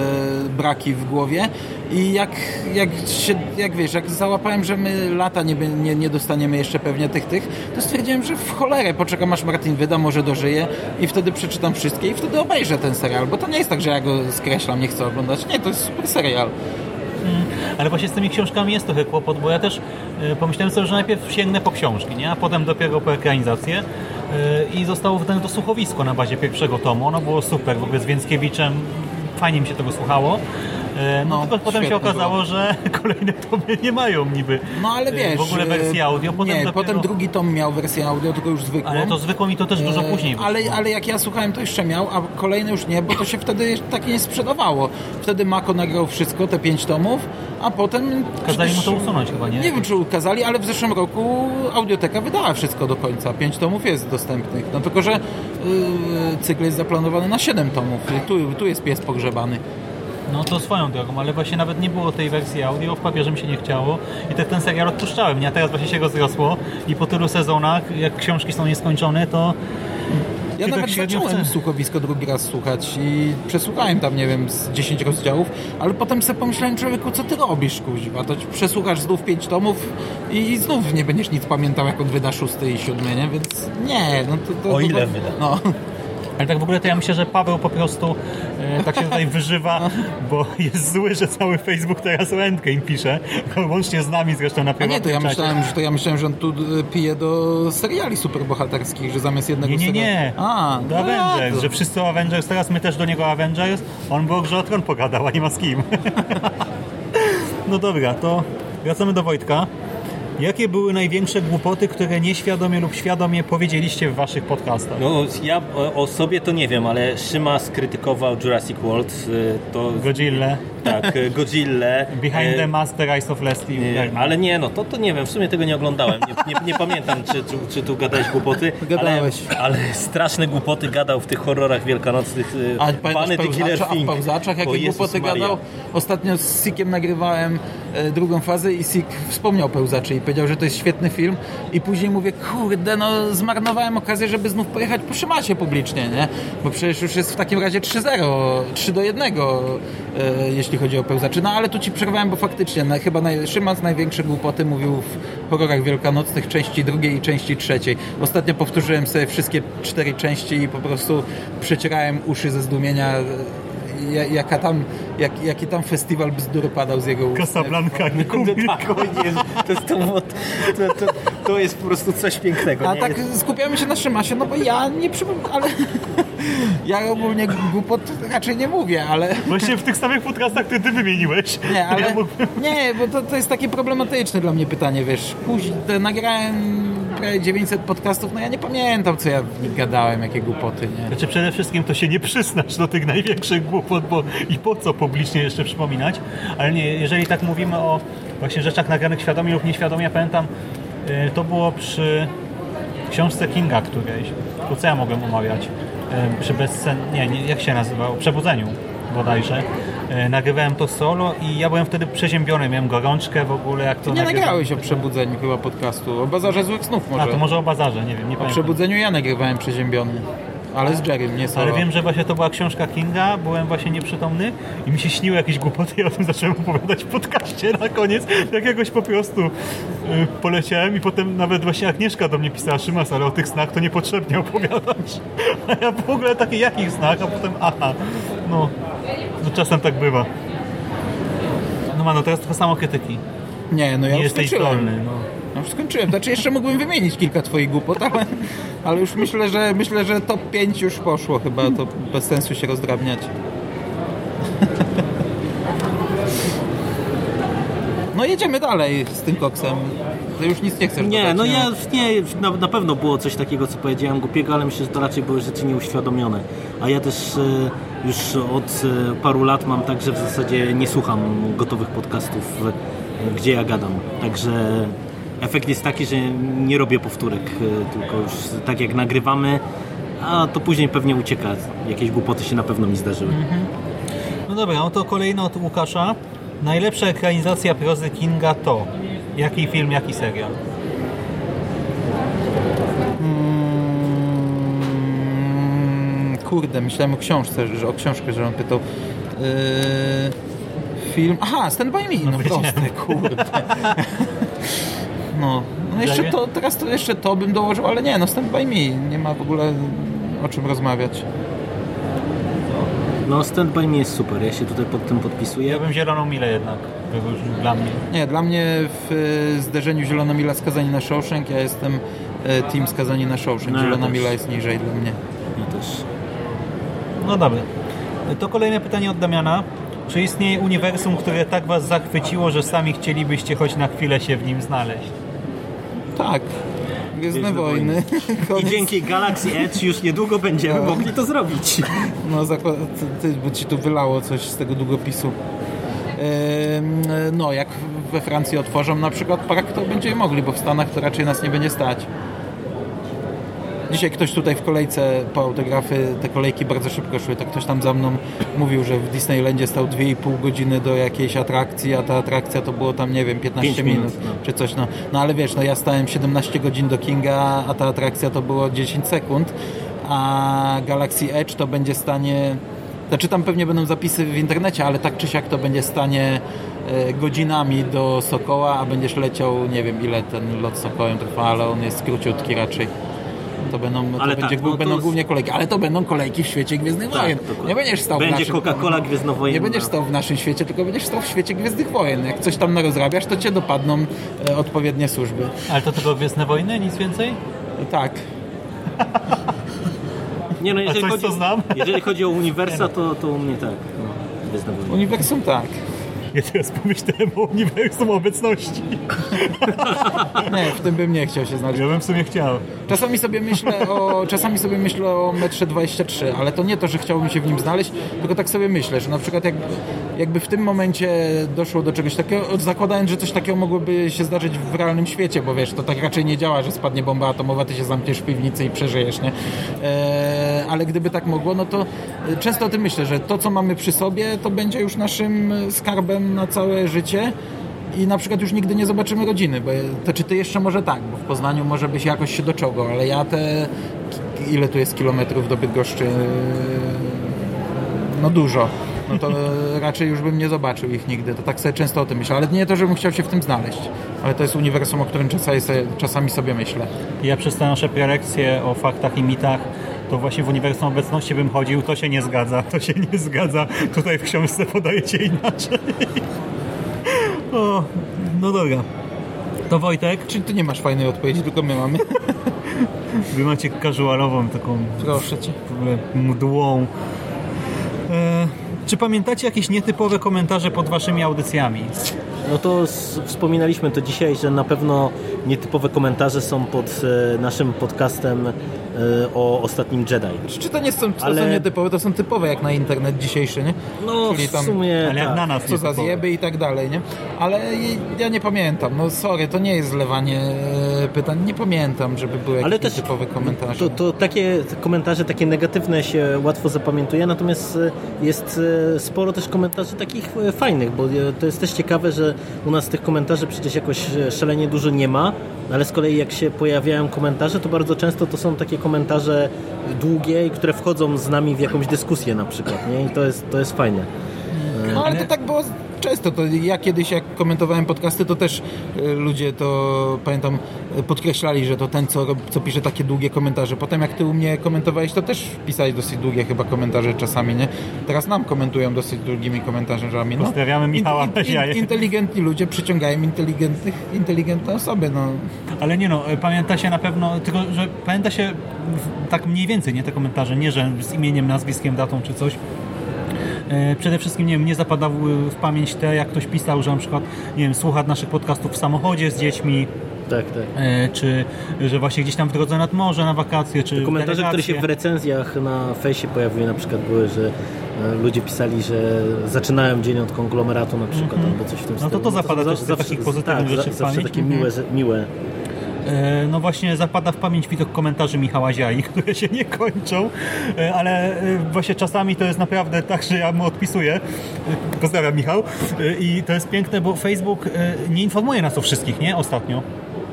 braki w głowie i jak, jak, się, jak wiesz, jak załapałem, że my lata nie, nie, nie dostaniemy jeszcze pewnie tych, tych, to stwierdziłem, że w cholerę poczekam, aż Martin wyda, może dożyje i wtedy przeczytam wszystkie i wtedy obejrzę ten serial, bo to nie jest tak, że ja go skreślam, nie chcę oglądać. Nie, to jest super serial. Hmm, ale właśnie z tymi książkami jest trochę kłopot, bo ja też y, pomyślałem sobie, że najpierw sięgnę po książki, nie? A potem dopiero po ekranizację y, i zostało wydane to słuchowisko na bazie pierwszego tomu. Ono było super, w ogóle z Więckiewiczem fajnie mi się tego słuchało. No, no tylko potem się okazało, było. że kolejne tomy nie mają niby no, ale wiesz, w ogóle wersji audio. Potem nie, dopiero... potem drugi tom miał wersję audio, tylko już zwykłą. Ale to zwykłą i to też dużo później ale, ale jak ja słuchałem, to jeszcze miał, a kolejne już nie, bo to się wtedy tak nie sprzedawało. Wtedy Mako nagrał wszystko, te pięć tomów, a potem... Kazali mu to usunąć chyba, nie? Nie wiem, czy ukazali, ale w zeszłym roku Audioteka wydała wszystko do końca. Pięć tomów jest dostępnych. No tylko, że yy, cykl jest zaplanowany na siedem tomów. Tu, tu jest pies pogrzebany. No to swoją drogą, ale właśnie nawet nie było tej wersji audio, w papierze mi się nie chciało i tak ten serial odpuszczałem, nie? A teraz właśnie się rozrosło i po tylu sezonach, jak książki są nieskończone, to... Ja nawet tak zacząłem słuchowisko drugi raz słuchać i przesłuchałem tam, nie wiem, z dziesięć rozdziałów, ale potem sobie pomyślałem, człowieku, co ty robisz, kuźwa? To przesłuchasz znów pięć tomów i znów nie będziesz nic pamiętał, jak on wyda szósty i siódmy, nie? Więc nie, no to... to o ile to, wyda? No. Ale tak w ogóle to ja myślę, że Paweł po prostu e, tak się tutaj wyżywa, bo jest zły, że cały Facebook teraz o Endgame pisze, łącznie z nami zresztą na A prywatnym nie, to ja czacie. myślałem, że to ja myślałem, że on tu pije do seriali superbohaterskich, że zamiast jednego Nie, nie, serialu... nie. A, do no Avengers, to... że wszyscy o Avengers, teraz my też do niego Avengers, on by o Grze o Tron pogadał, a nie ma z kim. No dobra, to wracamy do Wojtka. Jakie były największe głupoty, które nieświadomie lub świadomie powiedzieliście w waszych podcastach? No ja o, o sobie to nie wiem, ale Szyma skrytykował Jurassic World, to... Godzilla. Tak, Godzilla. Behind the Master, Eyes of Leslie. Nie, ale nie, no to, to nie wiem, w sumie tego nie oglądałem. Nie, nie, nie pamiętam, czy, czy, czy tu gadałeś głupoty, ale, ale straszne głupoty gadał w tych horrorach wielkanocnych. A Bany The Killer a w pauzaczach jakie głupoty gadał? Ostatnio z Sikiem nagrywałem e, drugą fazę i Sik wspomniał pełzaczy i powiedział, że to jest świetny film i później mówię, kurde, no zmarnowałem okazję, żeby znów pojechać po Szymasie publicznie, nie? Bo przecież już jest w takim razie trzy zero, trzy do jednego, e, jeśli chodzi o pełzaczy. No ale tu ci przerwałem, bo faktycznie na, chyba naj, Szymas największe głupoty mówił w horrorach wielkanocnych części drugiej i części trzeciej. Ostatnio powtórzyłem sobie wszystkie cztery części i po prostu przecierałem uszy ze zdumienia, jaka tam, jak, jaki tam festiwal bzdury padał z jego ust. Casablanca i Kubrick. To, to, to, to, to jest po prostu coś pięknego. A nie? tak skupiamy się na Szymasie, no bo ja nie przypomnę, ale ja ogólnie głupot raczej nie mówię, ale... Właśnie w tych samych podcastach, które ty wymieniłeś. Nie, ale... Ja mógł... Nie, bo to, to jest takie problematyczne dla mnie pytanie, wiesz. Później nagrałem prawie dziewięćset podcastów, no ja nie pamiętam, co ja w nich gadałem, jakie głupoty, nie? Znaczy przede wszystkim to się nie przyznasz do tych największych głupot, bo i po co publicznie jeszcze przypominać, ale nie, jeżeli tak mówimy o właśnie rzeczach nagranych świadomie lub nieświadomie, ja pamiętam, to było przy książce Kinga którejś, to co ja mogłem omawiać? przy bezsen... nie, nie, jak się nazywał? Przebudzeniu bodajże. Nagrywałem to solo i ja byłem wtedy przeziębiony, miałem gorączkę w ogóle, jak to Ty nie nagrywałem. nagrałeś o Przebudzeniu chyba podcastu, o Bazarze Złych Snów może. A, to może o Bazarze, nie wiem, nie O pamiętam. Przebudzeniu ja nagrywałem przeziębiony, ale z Jerrym, nie solo. Ale wiem, że właśnie to była książka Kinga, byłem właśnie nieprzytomny i mi się śniły jakieś głupoty i o tym zacząłem opowiadać w podcaście na koniec. Jakiegoś po prostu y, poleciałem i potem nawet właśnie Agnieszka do mnie pisała: Szymas, ale o tych snach to niepotrzebnie opowiadać. A ja w ogóle takie jakich snach, a potem aha, no, no czasem tak bywa. No mano, teraz trochę samo krytyki. Nie, no ja Nie już jesteś skończyłem. zdolny, no. No już skończyłem. Znaczy jeszcze mógłbym wymienić kilka twoich głupot, ale, ale już myślę, że myślę, że top pięć już poszło chyba, to bez sensu się rozdrabniać. No jedziemy dalej z tym koksem. Ty już nic nie chcesz Nie, dodać, no ja nie, na, na pewno było coś takiego, co powiedziałem głupiego, ale myślę, że to raczej były rzeczy nieuświadomione. A ja też e, już od e, paru lat mam tak, że w zasadzie nie słucham gotowych podcastów, e, gdzie ja gadam. Także efekt jest taki, że nie robię powtórek, e, tylko już tak jak nagrywamy, a to później pewnie ucieka. Jakieś głupoty się na pewno mi zdarzyły. Mhm. No dobra, no to kolejno od Łukasza. Najlepsza ekranizacja prozy Kinga to jaki film, jaki serial? Mm, kurde, myślałem o książce, że o książkę, że on pytał. Yy, film. Aha, Stand By Me. No, No proste, kurde. No, no jeszcze to, teraz to jeszcze to bym dołożył, ale nie, no Stand By Me. Nie ma w ogóle o czym rozmawiać. No Stand By Me jest super, ja się tutaj pod tym podpisuję. Ja bym Zieloną Milę jednak wyróżnił dla mnie. Nie, dla mnie w y, zderzeniu Zielona Mila Skazani na Shawshank, ja jestem y, team Skazani na Shawshank. No, ja Zielona też. Mila jest niżej dla mnie. Ja też. No dobra. To kolejne pytanie od Damiana. Czy istnieje uniwersum, które tak was zachwyciło, że sami chcielibyście choć na chwilę się w nim znaleźć? Tak. Gwiezdne Gwiezdne Wojny. I Koniec. dzięki Galaxy Edge już niedługo będziemy No. mogli to zrobić. No, zakład... ty, ty, bo ci tu wylało coś z tego długopisu. Ym, no, jak we Francji otworzą na przykład park, to będziemy mogli, bo w Stanach to raczej nas nie będzie stać. Dzisiaj ktoś tutaj w kolejce po autografy, te kolejki bardzo szybko szły, to ktoś tam za mną mówił, że w Disneylandzie stał dwie i pół godziny do jakiejś atrakcji, a ta atrakcja to było tam, nie wiem, piętnaście Pięć minut, minut, no. czy coś. No. no ale wiesz, no ja stałem siedemnaście godzin do Kinga, a ta atrakcja to było dziesięć sekund, a Galaxy Edge to będzie stanie... Znaczy tam pewnie będą zapisy w internecie, ale tak czy siak to będzie stanie e, godzinami do Sokoła, a będziesz leciał, nie wiem ile ten lot Sokołem trwa, ale on jest króciutki raczej. To będą, to Ale będzie, tak, no to będą z- głównie kolejki, ale to będą kolejki w świecie Gwiezdnych Tak, Wojen. dokładnie. Nie będziesz stał w Będzie naszym... Coca-Cola Gwiezdnowojenna. Nie będziesz stał w naszym świecie, tylko będziesz stał w świecie Gwiezdnych Wojen. Jak coś tam narozrabiasz, to cię dopadną e, odpowiednie służby. Ale to tylko Gwiezdne Wojny? Nic więcej? Tak. Nie no, jeżeli, coś, chodzi, co znam? jeżeli chodzi o uniwersa, to, to u mnie tak. No, Gwiezdne Wojny. Uniwersum tak. Ja teraz pomyślałem o uniwersum obecności. Nie, w tym bym nie chciał się znaleźć. Ja bym w sumie chciał. Czasami sobie myślę o, czasami sobie myślę o metrze dwadzieścia trzy, ale to nie to, że chciałbym się w nim znaleźć, tylko tak sobie myślę, że na przykład jak, jakby w tym momencie doszło do czegoś takiego, zakładając, że coś takiego mogłoby się zdarzyć w realnym świecie, bo wiesz, to tak raczej nie działa, że spadnie bomba atomowa, ty się zamkniesz w piwnicy i przeżyjesz, nie? E, ale gdyby tak mogło, no to często o tym myślę, że to, co mamy przy sobie, to będzie już naszym skarbem na całe życie. I na przykład już nigdy nie zobaczymy rodziny, bo to czy ty jeszcze może tak, bo w Poznaniu może byś jakoś się doczołgał, ale ja te, ile tu jest kilometrów do Bydgoszczy, no dużo, no to raczej już bym nie zobaczył ich nigdy, to tak sobie często o tym myślę, ale nie to, żebym chciał się w tym znaleźć, ale to jest uniwersum, o którym czasami sobie, czasami sobie myślę. Ja przez te nasze prelekcje o faktach i mitach, to właśnie w uniwersum obecności bym chodził, to się nie zgadza, to się nie zgadza, tutaj w książce podajecie inaczej. O, no dobra. To Wojtek, Czyli ty nie masz fajnej odpowiedzi, tylko my mamy. wy macie casualową taką Proszę cię. w ogóle mdłą. E, czy pamiętacie jakieś nietypowe komentarze pod waszymi audycjami? No to s- wspominaliśmy to dzisiaj, że na pewno nietypowe komentarze są pod e, naszym podcastem e, o ostatnim Jedi. Czy to nie są, to Ale- są nietypowe, to są typowe jak na internet dzisiejszy, nie? No Czyli w tam sumie Ale jak tak. na nas co za nietypowe. zjeby i tak dalej, nie? Ale ja nie pamiętam, no sorry, to nie jest zlewanie e, pytań, nie pamiętam, żeby były jakieś Ale też nietypowe komentarze. To, to takie komentarze takie negatywne się łatwo zapamiętuje, natomiast e, jest e, sporo też komentarzy takich e, fajnych, bo e, to jest też ciekawe, że u nas tych komentarzy przecież jakoś e, szalenie dużo nie ma, ale z kolei jak się pojawiają komentarze, to bardzo często to są takie komentarze długie, które wchodzą z nami w jakąś dyskusję na przykład, nie? I to jest, to jest fajne. No ale to tak było często. To ja kiedyś jak komentowałem podcasty, to też e, ludzie to, pamiętam, e, podkreślali, że to ten, co, rob- co pisze takie długie komentarze. Potem jak ty u mnie komentowałeś, to też pisałeś dosyć długie chyba komentarze czasami, nie? Teraz nam komentują dosyć długimi komentarzami. No. Pozdrawiamy Michała In, in, Jaje. in, inteligentni ludzie przyciągają inteligentnych, inteligentne osoby, no. Ale nie no, pamięta się na pewno, tylko że pamięta się w- tak mniej więcej, nie te komentarze, nie że z imieniem, nazwiskiem, datą czy coś. E, Przede wszystkim, nie wiem, nie zapadały w pamięć te, jak ktoś pisał, że na przykład, nie wiem, słucha naszych podcastów w samochodzie z dziećmi, Tak, tak. e, czy że właśnie gdzieś tam w drodze nad morze na wakacje, czy Komentarze, które się delegacje. w recenzjach na fejsie pojawiły, na przykład były, że e, ludzie pisali, że zaczynają dzień od konglomeratu na przykład, albo coś w tym No to stylu. to zapada są też z tych takich pozytywnych tak, rzeczy w zawsze pamięć. takie miłe, że- miłe. E, No właśnie zapada w pamięć widok komentarzy Michała Ziai, które się nie kończą, e, ale e, właśnie czasami to jest naprawdę tak, że ja mu odpisuję. E, Pozdrawiam, Michał. E, I to jest piękne, bo Facebook e, nie informuje nas o wszystkich, nie? Ostatnio.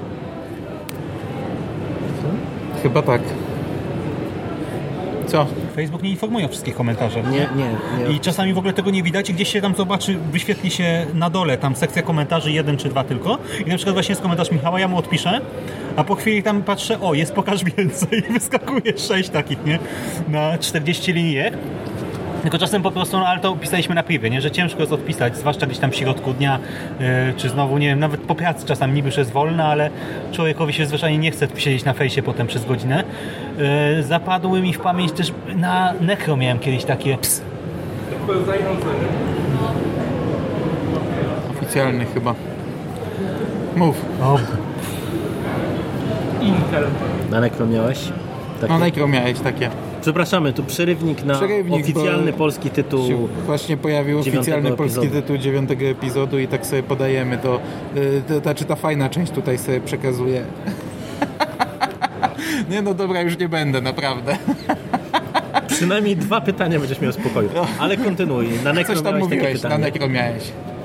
Chyba tak. Co? Facebook nie informuje o wszystkich komentarzach. Nie, nie, nie. I czasami w ogóle tego nie widać i gdzieś się tam zobaczy, wyświetli się na dole tam sekcja komentarzy, jeden czy dwa tylko. I na przykład właśnie jest komentarz Michała, ja mu odpiszę, a po chwili tam patrzę, o, jest pokaż więcej i wyskakuje sześć takich, nie? Na czterdzieści linijek. Tylko czasem po prostu, no ale to pisaliśmy na privie, nie? Że ciężko jest odpisać, zwłaszcza gdzieś tam w środku dnia, yy, czy znowu, nie wiem, nawet po pracy czasami niby już jest wolne, ale człowiekowi się zwyczajnie nie chce siedzieć na fejsie potem przez godzinę. Yy, zapadły mi w pamięć też, na Necro miałem kiedyś takie ps, Oficjalny chyba. Mów. o, Na Nekro miałeś? Takie? No Necro miałeś takie. Przepraszamy, tu przerywnik na Przerywnik, oficjalny bo polski tytuł. Się właśnie pojawił dziewiątego oficjalny polski epizodu. tytuł dziewiątego epizodu i tak sobie podajemy to. y, to znaczy ta fajna część tutaj sobie przekazuje. Nie no dobra, już nie będę, naprawdę. Przynajmniej dwa pytania będziesz miał spokoju. Ale kontynuuj. Na Nekro Coś tam miałeś takie mówiłeś, na pytanie. Necro miałeś.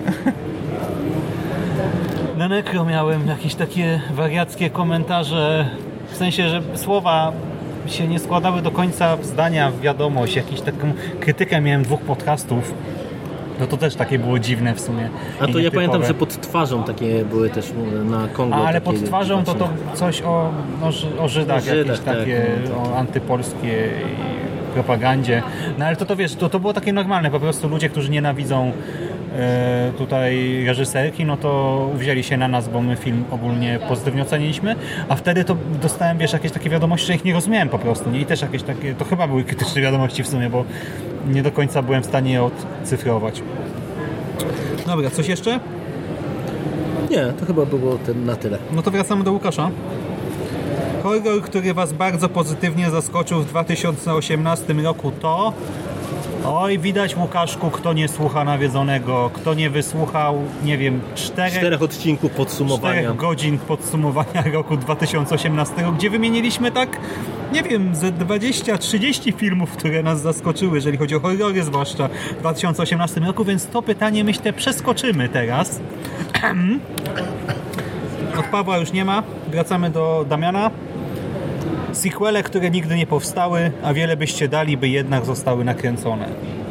na Necro miałem jakieś takie wariackie komentarze, w sensie, że słowa się nie składały do końca w zdania w wiadomość, jakąś taką krytykę miałem dwóch podcastów. No to też takie było dziwne w sumie. A i to ja nietypowe. pamiętam, że pod twarzą takie były też na Kongo. A, ale takie pod twarzą to, to dziwaczne. coś o, o, Ży- o Żydach, O Żydach, jakieś tak, takie, no, o antypolskiej propagandzie. No ale to to wiesz, to, to było takie normalne, po prostu ludzie, którzy nienawidzą e, tutaj reżyserki, no to wzięli się na nas, bo my film ogólnie pozytywnie oceniliśmy, a wtedy to dostałem, wiesz, jakieś takie wiadomości, że ich nie rozumiałem po prostu, nie? I też jakieś takie, to chyba były krytyczne wiadomości w sumie, bo nie do końca byłem w stanie je odcyfrować. Dobra, coś jeszcze? Nie, to chyba było ten, na tyle. No to wracamy do Łukasza. Horror, który Was bardzo pozytywnie zaskoczył w dwa tysiące osiemnastym roku to... Oj, widać, Łukaszku, kto nie słucha nawiedzonego, kto nie wysłuchał, nie wiem, czterech, Czterech odcinków podsumowania. czterech godzin podsumowania roku dwa tysiące osiemnastego, gdzie wymieniliśmy tak, nie wiem, ze dwadzieścia trzydzieści filmów, które nas zaskoczyły, jeżeli chodzi o horrory, zwłaszcza w dwa tysiące osiemnastym roku, więc to pytanie, myślę, przeskoczymy teraz. Od Pawła już nie ma, wracamy do Damiana. Sequele, które nigdy nie powstały, a wiele byście dali, by jednak zostały nakręcone.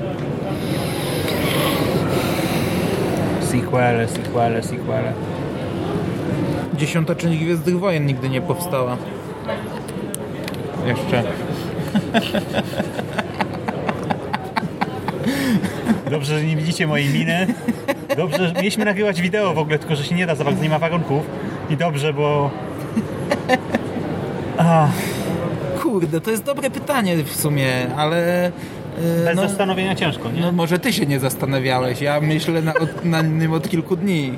Sequele, sequele, sequele. Dziesiąta część Gwiezdnych Wojen nigdy nie powstała. Jeszcze. Dobrze, że nie widzicie mojej miny. Dobrze, że mieliśmy nagrywać wideo w ogóle, tylko że się nie da za bardzo, nie ma warunków. I dobrze, bo... Ach. Kurde, to jest dobre pytanie w sumie, ale Bez no, zastanowienia ciężko, nie? No może ty się nie zastanawiałeś, ja myślę na, od, na nim od kilku dni.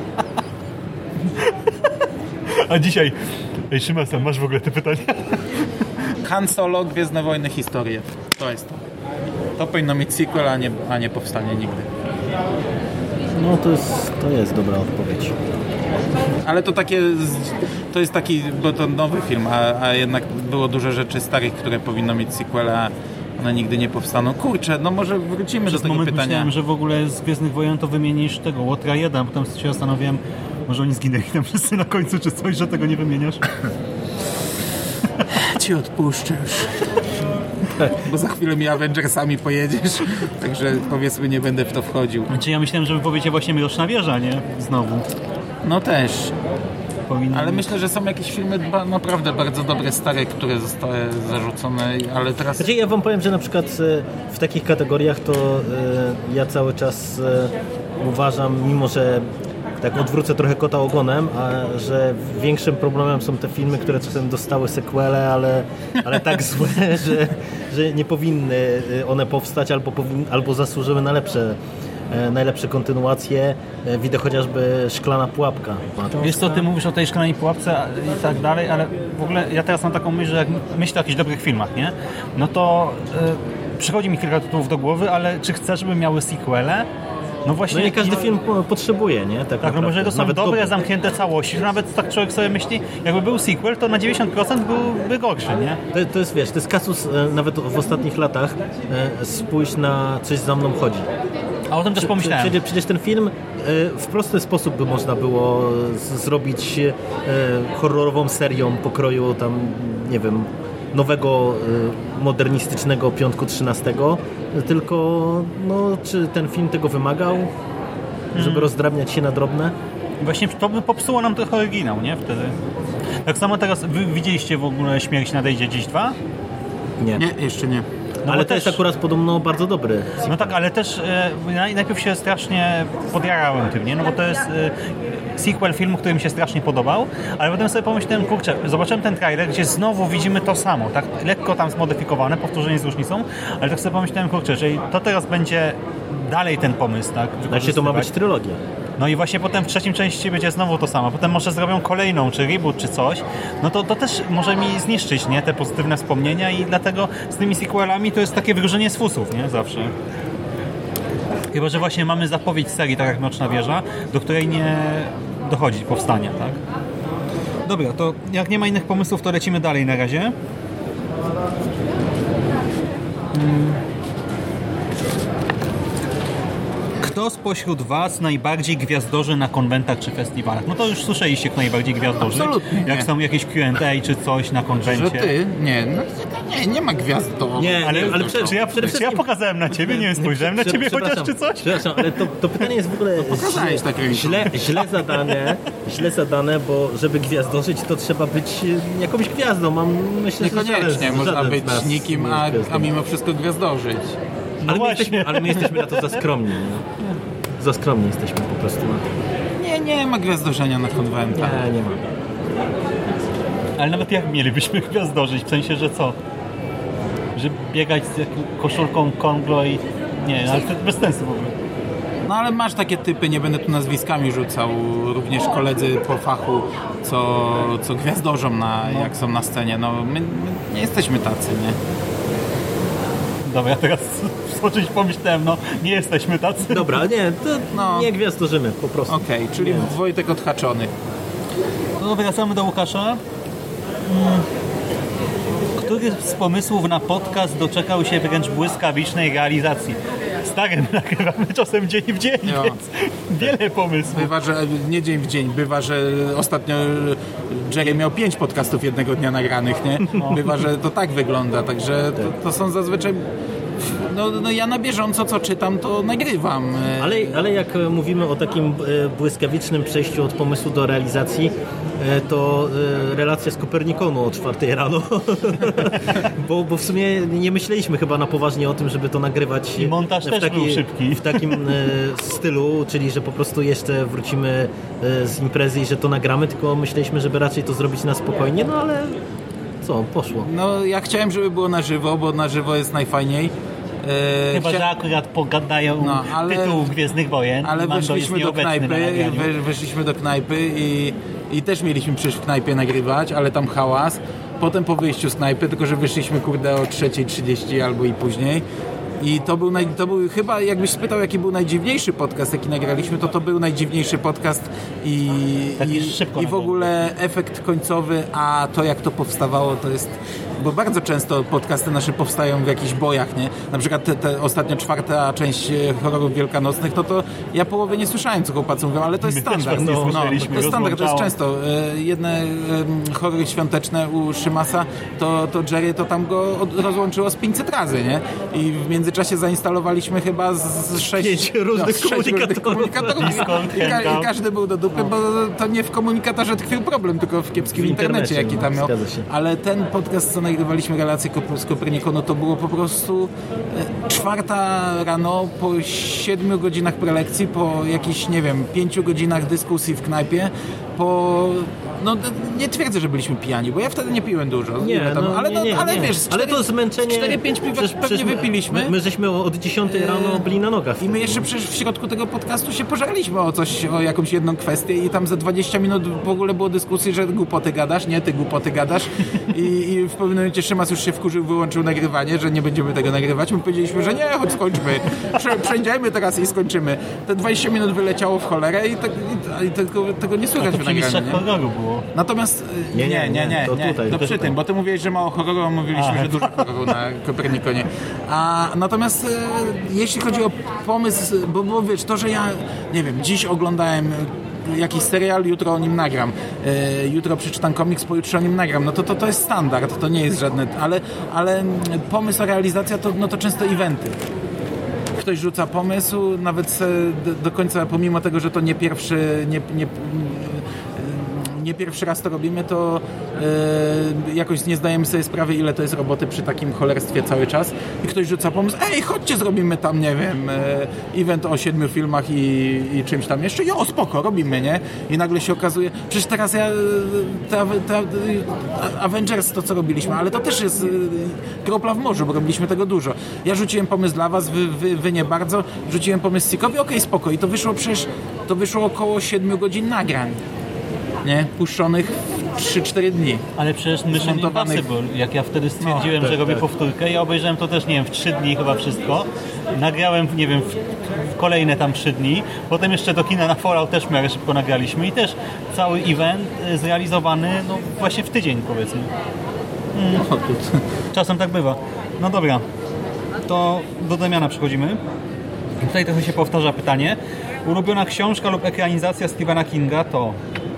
A dzisiaj... Ej, Szymasa, masz w ogóle te pytania? Han Solo, Gwiezdne Wojny, historie. To jest to. To powinno mieć sequel, a nie, a nie powstanie nigdy. No to jest, to jest dobra odpowiedź. Ale to takie, to jest taki, bo to nowy film, a, a jednak było dużo rzeczy starych, które powinno mieć sequel, a one nigdy nie powstaną. Kurczę, no może wrócimy Przez do tego moment pytania. myślałem, że w ogóle z Gwiezdnych Wojen to wymienisz tego Łotra jeden, a potem się zastanawiałem, może oni zginęli tam wszyscy na końcu, czy coś, że tego nie wymieniasz? Ci odpuszczę już. Bo za chwilę mi Avengersami pojedziesz, także powiedzmy nie będę w to wchodził. Znaczy ja myślałem, że wy powiecie właśnie Mroczna Wieża, nie? Znowu. No też. Powinno Ale być. myślę, że są jakieś filmy ba- naprawdę bardzo dobre, stare, które zostały zarzucone, ale teraz... Znaczy ja wam powiem, że na przykład e, w takich kategoriach to e, ja cały czas e, uważam, mimo że tak odwrócę trochę kota ogonem, a że większym problemem są te filmy, które czasem dostały sequele, ale, ale tak złe, że, że nie powinny one powstać albo, powin, albo zasłużyły na lepsze, najlepsze kontynuacje. Widzę chociażby Szklana Pułapka. Wiesz co, ty mówisz o tej szklanej pułapce i tak dalej, ale w ogóle ja teraz mam taką myśl, że jak myślę o jakichś dobrych filmach, nie? No to yy, przychodzi mi kilka tytułów do głowy, ale czy chcesz, żeby miały sequele? No właśnie. No nie każdy film potrzebuje, nie? Tak, tak, no może to są nawet dobre, dobry. zamknięte całości, że nawet tak człowiek sobie myśli, jakby był sequel, to na dziewięćdziesiąt procent byłby gorszy, nie? To, to jest, wiesz, to jest kasus e, nawet w ostatnich latach. E, spójrz na Coś za mną chodzi. A o tym też pomyślałem. Przecież, przecież ten film e, w prosty sposób by można było z, zrobić e, horrorową serią pokroju tam, nie wiem, nowego, e, modernistycznego Piątku trzynastego. Tylko, no, czy ten film tego wymagał? Żeby hmm. rozdrabniać się na drobne? Właśnie to by popsuło nam trochę oryginał, nie? Wtedy. Tak samo teraz, wy widzieliście w ogóle Śmierć nadejdzie dziś dwa? Nie. Nie, jeszcze nie. No ale to też... jest akurat podobno bardzo dobry. No tak, ale też e, najpierw się strasznie podjarałem tym, nie? No bo to jest e, sequel filmu, który mi się strasznie podobał, ale potem sobie pomyślałem, kurczę, zobaczyłem ten trailer, gdzie znowu widzimy to samo, tak? Lekko tam zmodyfikowane, powtórzenie z różnicą, ale tak sobie pomyślałem, kurczę, jeżeli to teraz będzie dalej ten pomysł, tak? Znaczy to ma być trylogia. No i właśnie potem w trzecim części będzie znowu to samo. Potem może zrobią kolejną, czy reboot, czy coś. No to, to też może mi zniszczyć, nie? Te pozytywne wspomnienia i dlatego z tymi sequelami to jest takie wróżenie z fusów, nie? Zawsze. Chyba że właśnie mamy zapowiedź serii, tak jak Mroczna Wieża, do której nie dochodzi powstania, tak? Dobra, to jak nie ma innych pomysłów, to lecimy dalej na razie. Hmm. Kto spośród Was najbardziej gwiazdorzy na konwentach czy festiwalach? No to już słyszeliście, kto najbardziej gwiazdorzy. Absolutnie Jak nie. są jakieś Q and A czy coś na konwencie. Że ty? Nie, no, nie, nie ma gwiazdo. Nie, Ale, ale czy, czy, ja, czy ja pokazałem na Ciebie? Nie wiem, spojrzałem na Ciebie chociaż czy coś? Przepraszam, ale to, to pytanie jest w ogóle pokazałeś tak ręką. źle, źle zadane, źle zadane, bo żeby gwiazdożyć, to trzeba być jakąś gwiazdą. Mam, myślę, że Niekoniecznie, żaden, można żaden być z nas nikim, nie a, jest gwiazdą. a mimo wszystko gwiazdożyć. No ale, my właśnie. jesteśmy, ale my jesteśmy na to za skromni. Nie? Za skromni jesteśmy po prostu na to. Nie, nie ma gwiazdorzenia na konwentach. Nie, nie ma. Ale nawet jak mielibyśmy gwiazdożyć? W sensie, że co? Że biegać z jaką koszulką Konglo i... Nie, ale to bez sensu w ogóle. No ale masz takie typy, nie będę tu nazwiskami rzucał, również koledzy po fachu, co, co gwiazdorzą, na, No. jak są na scenie. No my, my nie jesteśmy tacy, nie? Dobra, ja teraz o czymś pomyślałem, no nie jesteśmy tacy. Dobra, nie, to No. nie gwiazdożymy po prostu. Okej, okay, czyli Nie. Wojtek odhaczony. No wracamy do Łukasza. Hmm. Który z pomysłów na podcast doczekał się wręcz błyskawicznej realizacji? Stary, my nagrywamy czasem dzień w dzień, Jo. więc wiele pomysłów. Bywa, że nie dzień w dzień, bywa, że ostatnio Jerry miał pięć podcastów jednego dnia nagranych, nie? Bywa, że to tak wygląda, także to, to są zazwyczaj... No, no ja na bieżąco co czytam, to nagrywam. Ale, ale jak mówimy o takim e, błyskawicznym przejściu od pomysłu do realizacji, e, to e, relacja z Kopernikonu o czwartej rano. bo, bo w sumie nie myśleliśmy chyba na poważnie o tym, żeby to nagrywać I montaż w, też taki, był szybki. w takim e, stylu, czyli że po prostu jeszcze wrócimy e, z imprezy i że to nagramy, tylko myśleliśmy, żeby raczej to zrobić na spokojnie, no ale co, poszło. No ja chciałem, żeby było na żywo, bo na żywo jest najfajniej, E, Chyba, chcia- że akurat pogadają No, ale- tytuł Gwiezdnych Wojen. Ale Mando weszliśmy jest do nieobecny na knajpy, nagraniu. we, weszliśmy do knajpy i, i też mieliśmy przecież w knajpie nagrywać, ale tam hałas. Potem po wyjściu z knajpy, tylko że wyszliśmy kurde o trzeciej trzydzieści albo i później. I to był, naj, to był chyba, jakbyś spytał, jaki był najdziwniejszy podcast, jaki nagraliśmy, to to był najdziwniejszy podcast i, Taki i, szybko i w nagrany. ogóle efekt końcowy, a to jak to powstawało, to jest... Bo bardzo często podcasty nasze powstają w jakichś bojach, nie? Na przykład te, te ostatnio czwarta część e, horrorów wielkanocnych, to to ja połowy nie słyszałem, co chłopacy mówią, ale to jest My też standard. was nie No, słyszeliśmy, to jest standard, to jest rozłączało. często. E, jedne e, horrory świąteczne u Szymasa, to, to Jerry to tam go od, rozłączyło z pięćset razy, nie? I w międzyczasie zainstalowaliśmy chyba z, z sześć, Pięć różnych sześć różnych komunikatorów. komunikatorów. Discord, I, ka, Hangout. I każdy był do dupy, bo to nie w komunikatorze tkwił problem, tylko w kiepskim W internecie, internecie, jaki no, tam miał. zgadza się. Ale ten podcast, co nagrywaliśmy, relacje Kop- z Koperniku, no to było po prostu e, czwarta rano, po siedmiu godzinach prelekcji, po jakichś, nie wiem, pięciu godzinach dyskusji w knajpie, po... No nie twierdzę, że byliśmy pijani, bo ja wtedy nie piłem dużo. Nie, tam, no, ale, nie, no, nie, ale nie. wiesz, ale to zmęczenie... cztery pięć piwa przecież- pewnie przecież my- wypiliśmy. My, my żeśmy od dziesiątej rano byli na nogach. I my jeszcze przecież w środku tego podcastu się pożarliśmy o coś, o jakąś jedną kwestię i tam za dwadzieścia minut w ogóle było dyskusji, że głupoty gadasz, nie, ty głupoty gadasz i, i w pewnym momencie Szymas już się wkurzył, wyłączył nagrywanie, że nie będziemy tego nagrywać. My powiedzieliśmy, że nie, chodź skończmy, Prze, przejdziemy teraz i skończymy. Te dwadzieścia minut wyleciało w cholerę i, tak, i, i tego, tego nie słychać To w przy nagraniu, mistrzach nie? horroru było. Natomiast y, Nie, nie, nie, nie, nie, nie, to nie. tutaj, to to przy tutaj. tym, bo ty mówiłeś, że mało horroru, a mówiliśmy, A. że dużo horroru na Kopernikonie. A natomiast e, jeśli chodzi o pomysł, bo, bo wiesz, to, że ja, nie wiem, dziś oglądałem jakiś serial, jutro o nim nagram. E, jutro przeczytam komiks, pojutrze o nim nagram. No to, to, to jest standard, to nie jest żadne, ale, ale pomysł, a realizacja to, no to często eventy. Ktoś rzuca pomysł, nawet se do, do końca, pomimo tego, że to nie pierwszy, nie, nie, nie pierwszy raz to robimy, to e, jakoś nie zdajemy sobie sprawy, ile to jest roboty przy takim cholerstwie cały czas. I ktoś rzuca pomysł, ej, chodźcie, zrobimy tam, nie wiem, e, event o siedmiu filmach i, i czymś tam jeszcze. Jo, spoko, robimy, nie? I nagle się okazuje, przecież teraz ja, ta, ta, Avengers to, co robiliśmy, ale to też jest e, kropla w morzu, bo robiliśmy tego dużo. Ja rzuciłem pomysł dla was, wy, wy, wy nie bardzo, rzuciłem pomysł Sikowi, okej, spoko. I to wyszło przecież, to wyszło około siedmiu godzin nagrań. Nie? Puszczonych w trzy cztery dni. Ale przecież Mission Zmontowanych- Impossible, jak ja wtedy stwierdziłem, No, że tak, robię tak. powtórkę, ja obejrzałem to też, nie wiem, w trzy dni chyba wszystko. Nagrałem, nie wiem, w, w kolejne tam trzy dni. Potem jeszcze do kina na Fallout też w miarę szybko nagraliśmy i też cały event y, zrealizowany, no właśnie w tydzień, powiedzmy. No, tu, Czasem tak bywa. No dobra, to do Damiana przechodzimy. Tutaj trochę się powtarza pytanie. Ulubiona książka lub ekranizacja Stephena Kinga to...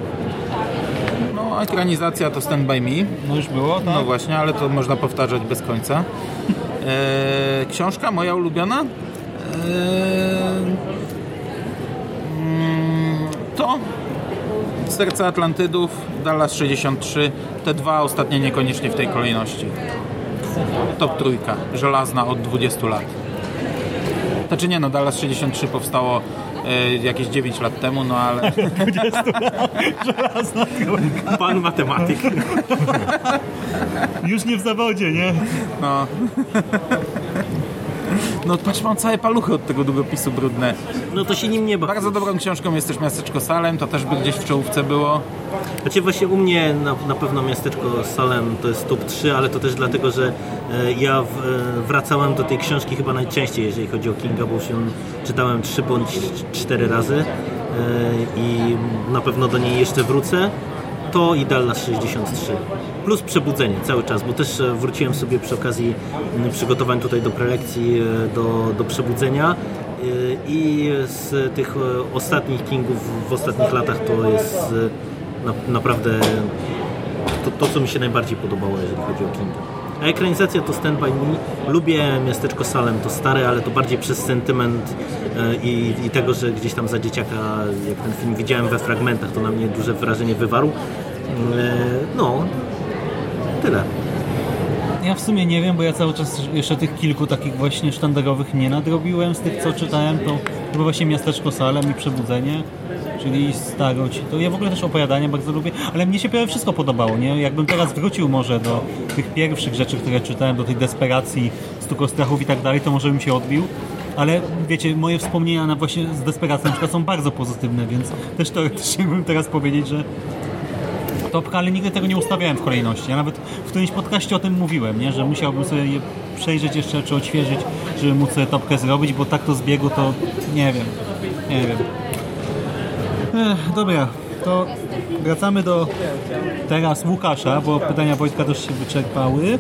no, ekranizacja to Stand By Me. No już było, tak? No właśnie, ale to można powtarzać bez końca. E, książka moja ulubiona? E, mm, to Serce Atlantydów, Dallas sześćdziesiąt trzy. Te dwa ostatnie niekoniecznie w tej kolejności. Top trójka, żelazna od dwudziestu lat. Znaczy nie no, Dallas sześćdziesiąt trzy powstało e, jakieś dziewięć lat temu, no ale... Pan matematyk. Już nie w zawodzie, nie? No. No patrz, mam całe paluchy od tego długopisu brudne. No to się nim nie bawi. Bardzo dobrą książką jest też Miasteczko Salem, to też by gdzieś w czołówce było. Znaczy właśnie u mnie na, na pewno Miasteczko Salem to jest top trzy, ale to też dlatego, że e, ja w, e, wracałem do tej książki chyba najczęściej, jeżeli chodzi o Kinga, bo już ją czytałem trzy bądź cztery razy e, i na pewno do niej jeszcze wrócę. To i Dallas sześćdziesiąt trzy. Plus Przebudzenie cały czas, bo też e, wróciłem sobie przy okazji m, przygotowań tutaj do prelekcji e, do, do Przebudzenia. E, I z tych e, ostatnich Kingów w ostatnich latach to jest e, na, naprawdę to, to, co mi się najbardziej podobało, jeżeli chodzi o Kinga. A ekranizacja to Stand By Me. Lubię Miasteczko Salem, to stare, ale to bardziej przez sentyment e, i, i tego, że gdzieś tam za dzieciaka, jak ten film widziałem we fragmentach, to na mnie duże wrażenie wywarł. E, no, tyle. Ja w sumie nie wiem, bo ja cały czas jeszcze tych kilku takich właśnie sztandarowych nie nadrobiłem z tych, co czytałem, to chyba właśnie Miasteczko Salem i Przebudzenie. czyli Starość. To ja w ogóle też opowiadania bardzo lubię, ale mnie się prawie wszystko podobało, nie? Jakbym teraz wrócił może do tych pierwszych rzeczy, które czytałem, do tej desperacji, Stu strachów i tak dalej, to może bym się odbił. Ale wiecie, moje wspomnienia na właśnie z desperacji na przykład są bardzo pozytywne, więc też teoretycznie mógłbym teraz powiedzieć, że topka, ale nigdy tego nie ustawiałem w kolejności. Ja nawet w którymś podcaście o tym mówiłem, nie? Że musiałbym sobie je przejrzeć jeszcze, czy odświeżyć, żeby móc sobie topkę zrobić, bo tak to z biegu to nie wiem, nie wiem. Ech, dobra, to wracamy do teraz Łukasza, bo pytania Wojtka też się wyczerpały.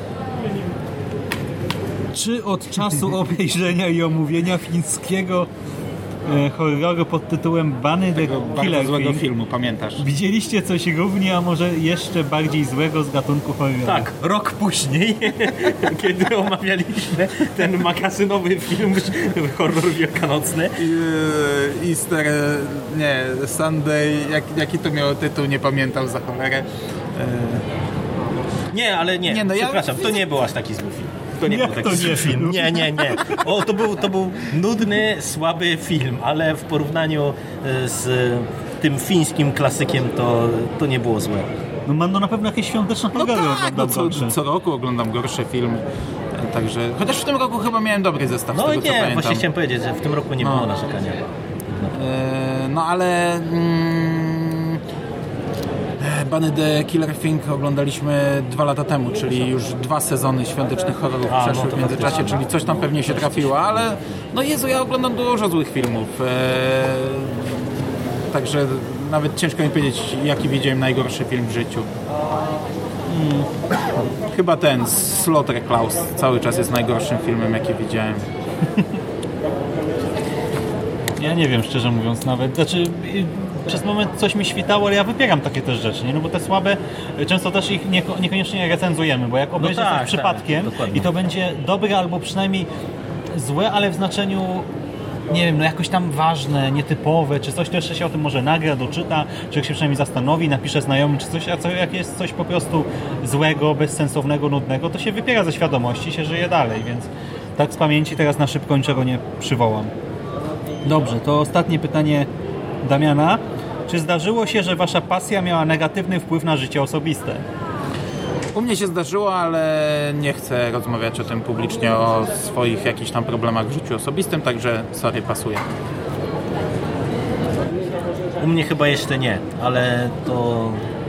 Czy od czasu obejrzenia i omówienia fińskiego e, horroru pod tytułem Bunny the Killer bardzo złego Thing filmu, pamiętasz? widzieliście coś równie, a może jeszcze bardziej złego z gatunku horroru? Tak, rok później, kiedy omawialiśmy ten magazynowy film, horror wielkanocny. Yy, Easter, nie, Sunday, jak, jaki to miało tytuł, nie pamiętam za cholerę. Yy. Nie, ale nie, Nie, no ja- przepraszam, to nie był aż taki zły film. To nie Jak był to taki zły nie? film. Nie, nie, nie. O, to był, to był nudny, słaby film, ale w porównaniu e, z tym fińskim klasykiem to, to nie było złe. No mam no na pewno jakieś świąteczne No horrory tak, no oglądam co, gorsze. co roku oglądam gorsze filmy, także... Chociaż w tym roku chyba miałem dobry zestaw, No z i tego co nie, pamiętam. właśnie chciałem powiedzieć, że w tym roku nie No. było narzekania. Yy, no ale... Mm, Bunny the Killer Thing oglądaliśmy dwa lata temu, czyli już dwa sezony świątecznych horrorów A, przeszły no to w międzyczasie, faktycznie. czyli coś tam pewnie się trafiło, ale no Jezu, ja oglądam dużo złych filmów. Eee, także nawet ciężko mi powiedzieć, jaki widziałem najgorszy film w życiu. Hmm. Chyba ten, Slaughter Klaus, cały czas jest najgorszym filmem, jaki widziałem. Ja nie wiem, szczerze mówiąc nawet. Znaczy, y, przez moment coś mi świtało, ale ja wypieram takie też rzeczy, nie? No bo te słabe, y, często też ich nieko, niekoniecznie recenzujemy, bo jak obejrzę tak, coś tak, przypadkiem dokładnie. i to będzie dobre albo przynajmniej złe, ale w znaczeniu, nie wiem, no jakoś tam ważne, nietypowe, czy coś, to jeszcze się o tym może nagra, doczyta, czy się przynajmniej zastanowi, napisze znajomym, czy coś, a co, jak jest coś po prostu złego, bezsensownego, nudnego, to się wypiera ze świadomości i się żyje dalej, więc tak z pamięci teraz na szybko niczego nie przywołam. Dobrze, to ostatnie pytanie Damiana. Czy zdarzyło się, że wasza pasja miała negatywny wpływ na życie osobiste? U mnie się zdarzyło, ale nie chcę rozmawiać o tym publicznie, o swoich jakichś tam problemach w życiu osobistym, także sorry, pasuje. U mnie chyba jeszcze nie, ale to...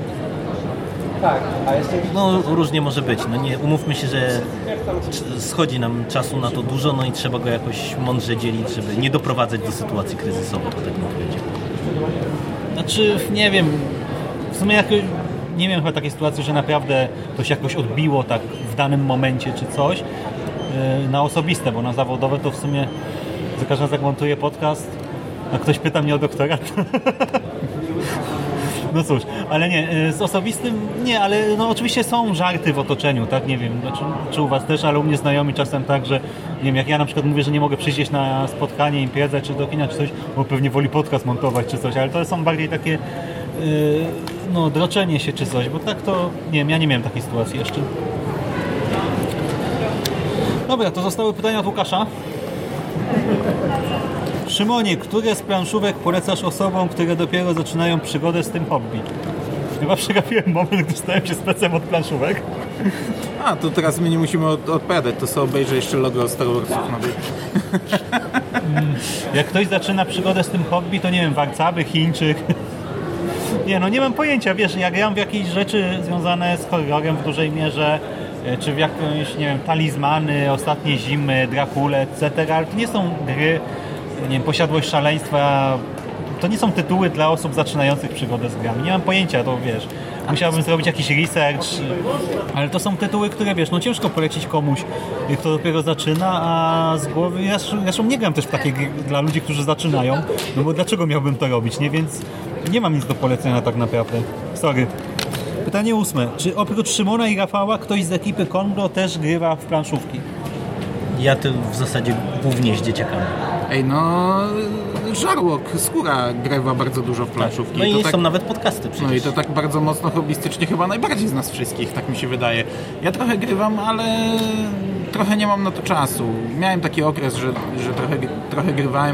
No różnie może być. No nie, umówmy się, że c- schodzi nam czasu na to dużo, no i trzeba go jakoś mądrze dzielić, żeby nie doprowadzać do sytuacji kryzysowych, tak bym powiedział. Znaczy, nie wiem, w sumie jak, nie wiem chyba takiej sytuacji, że naprawdę to się jakoś odbiło tak w danym momencie czy coś yy, na osobiste, bo na zawodowe to w sumie za każdym razem jak montuję podcast, a ktoś pyta mnie o doktorat. No cóż, ale nie, z osobistym nie, ale no oczywiście są żarty w otoczeniu, tak, nie wiem, znaczy, czy u was też, ale u mnie znajomi czasem tak, że nie wiem, jak ja na przykład mówię, że nie mogę przyjść na spotkanie, imprezę, czy do kina, czy coś, bo pewnie woli podcast montować, czy coś, ale to są bardziej takie yy, no, droczenie się, czy coś, bo tak to, nie wiem, ja nie miałem takiej sytuacji jeszcze. Dobra, to zostały pytania od Łukasza. Szymonie, które z planszówek polecasz osobom, które dopiero zaczynają przygodę z tym hobby? Chyba przegapiłem moment, gdy stałem się specem od planszówek. A, to teraz my nie musimy od, odpowiadać, to sobie obejrzę jeszcze logo Star Warsów. Jak ktoś zaczyna przygodę z tym hobby, to nie wiem, Warcaby, Chińczyk. Nie, no nie mam pojęcia, wiesz, ja gram w jakieś rzeczy związane z horrorem w dużej mierze, czy w jakieś, nie wiem, talizmany, Ostatnie Zimy, Drakule, et cetera, ale to nie są gry, nie wiem, Posiadłość Szaleństwa, to nie są tytuły dla osób zaczynających przygodę z grami. Nie mam pojęcia, to wiesz, musiałbym zrobić jakiś research, ale to są tytuły, które wiesz, no ciężko polecić komuś, kto dopiero zaczyna, a z głowy, ja zresztą nie gram też w takie gry dla ludzi, którzy zaczynają, no bo dlaczego miałbym to robić, nie? Więc nie mam nic do polecenia tak naprawdę. Sorry. Pytanie ósme. Czy oprócz Szymona i Rafała ktoś z ekipy Kongo też grywa w planszówki? Ja to w zasadzie głównie z dzieciakami. Ej, no... Żarłok, Skóra grywa bardzo dużo w planszówki. No i, to są tak, nawet podcasty przecież. no i to tak bardzo mocno hobbystycznie, chyba najbardziej z nas wszystkich, tak mi się wydaje. Ja trochę grywam, ale trochę nie mam na to czasu. Miałem taki okres, że, że trochę, trochę grywałem.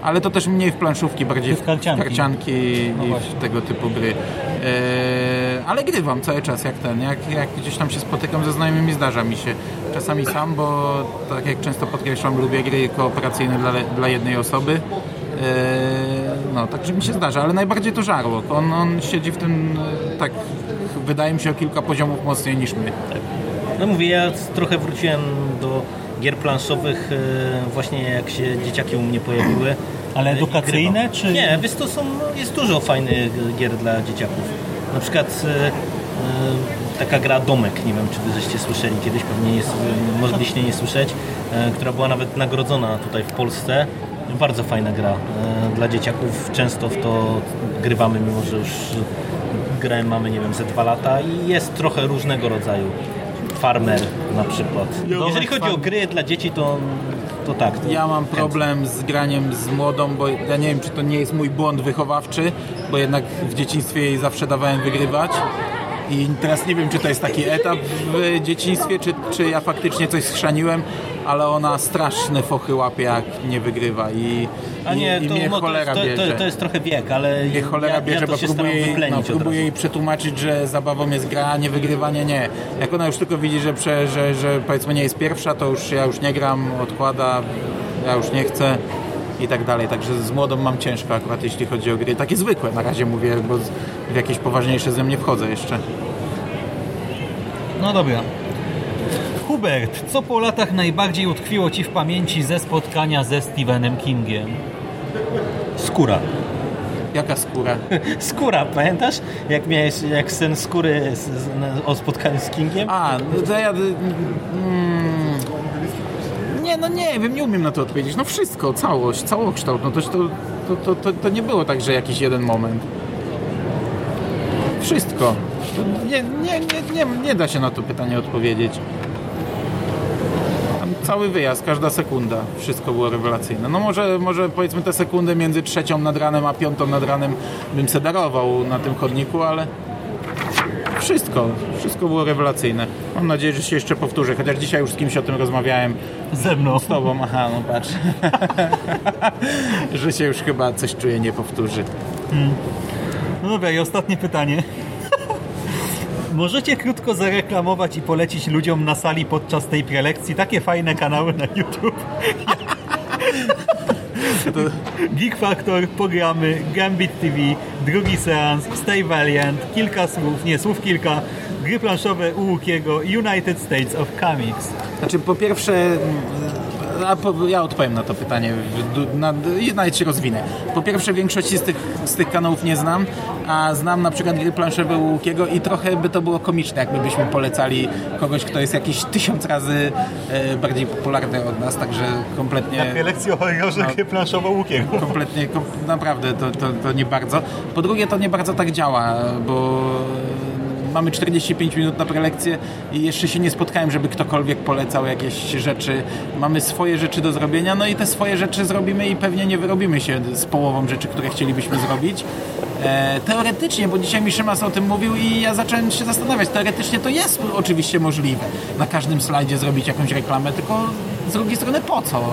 ale to też mniej w planszówki, bardziej w karcianki, w karcianki i no w właśnie. tego typu gry. E, ale grywam cały czas jak ten, jak, jak gdzieś tam się spotykam ze znajomymi, zdarza mi się. Czasami sam, bo tak jak często podkreślam, lubię gry kooperacyjne dla, dla jednej osoby. No, także mi się zdarza, ale najbardziej to Żarłok. On, on siedzi w tym, tak, wydaje mi się, o kilka poziomów mocniej niż my. No mówię, ja trochę wróciłem do gier planszowych właśnie jak się dzieciaki u mnie pojawiły. Ale edukacyjne, czy... Nie, wiesz, to są, jest dużo fajnych gier dla dzieciaków. Na przykład e, e, taka gra Domek, nie wiem, czy wy żeście słyszeli kiedyś, pewnie jest, mogliście nie słyszeć, e, która była nawet nagrodzona tutaj w Polsce. Bardzo fajna gra e, dla dzieciaków. Często w to grywamy, mimo że już grę mamy, nie wiem, ze dwa lata i jest trochę różnego rodzaju. Farmer na przykład. Jeżeli chodzi o gry dla dzieci, to, to tak. To ja mam problem z graniem z młodą, bo ja nie wiem, czy to nie jest mój błąd wychowawczy, bo jednak w dzieciństwie jej zawsze dawałem wygrywać. I teraz nie wiem, czy to jest taki etap w dzieciństwie, czy, czy ja faktycznie coś schrzaniłem, ale ona straszne fochy łapie, jak nie wygrywa i, A nie, i, i to, mnie no, cholera to, bierze. to, to jest trochę wiek, ale Mnie cholera ja, bierze, ja to bo się próbuję, staram jej, wyplenić no, od próbuję razu. jej przetłumaczyć, że zabawą jest gra, a nie wygrywanie, nie. Jak ona już tylko widzi, że, prze, że, że powiedzmy nie jest pierwsza, to już ja już nie gram, odkłada, ja już nie chcę i tak dalej. Także z młodą mam ciężko akurat, jeśli chodzi o gry. Takie zwykłe na razie mówię, bo w jakieś poważniejsze ze mnie wchodzę jeszcze. No dobra. Hubert, co po latach najbardziej utkwiło Ci w pamięci ze spotkania ze Stephenem Kingiem? Skóra. Jaka skóra? Skóra, pamiętasz? Jak miałeś jak sen skóry z, z, na, o spotkaniu z Kingiem? A, no to ja... Mm, nie, no nie wiem, nie umiem na to odpowiedzieć. No wszystko, całość, całokształt. No to, to, to, to, to nie było tak, że jakiś jeden moment. Wszystko. Nie, nie, nie, nie, nie da się na to pytanie odpowiedzieć. Tam cały wyjazd, każda sekunda, wszystko było rewelacyjne. No może, może powiedzmy tę sekundę między trzecią nad ranem a piątą nad ranem bym se darował na tym chodniku, ale wszystko, wszystko było rewelacyjne. Mam nadzieję, że się jeszcze powtórzy, chociaż dzisiaj już z kimś o tym rozmawiałem. Ze mną. Z tobą, aha, no patrz. Że się już chyba coś czuję nie powtórzy. Hmm. No dobra, i ostatnie pytanie. Możecie krótko zareklamować i polecić ludziom na sali podczas tej prelekcji takie fajne kanały na YouTube? To... Geek Factor, programy, Gambit T V, drugi seans, Stay Valiant, kilka słów, nie, słów kilka, gry planszowe u Łukiego, United States of Comics. Znaczy, po pierwsze, a po, ja odpowiem na to pytanie, na, nawet się rozwinę. Po pierwsze, większości z tych, z tych kanałów nie znam, a znam na przykład gry planszowe u Łukiego i trochę by to było komiczne, jakbyśmy polecali kogoś, kto jest jakieś tysiąc razy e, bardziej popularny od nas, także kompletnie... Na prelekcji o horrorze no, gry planszowe u Łukiego. Kompletnie, kom, naprawdę, to, to, to nie bardzo. Po drugie, to nie bardzo tak działa, bo... Mamy czterdzieści pięć minut na prelekcję i jeszcze się nie spotkałem, żeby ktokolwiek polecał jakieś rzeczy. Mamy swoje rzeczy do zrobienia, no i te swoje rzeczy zrobimy i pewnie nie wyrobimy się z połową rzeczy, które chcielibyśmy zrobić. E, teoretycznie, bo dzisiaj mi Szymas o tym mówił i ja zacząłem się zastanawiać, teoretycznie to jest oczywiście możliwe. Na każdym slajdzie zrobić jakąś reklamę, tylko z drugiej strony po co?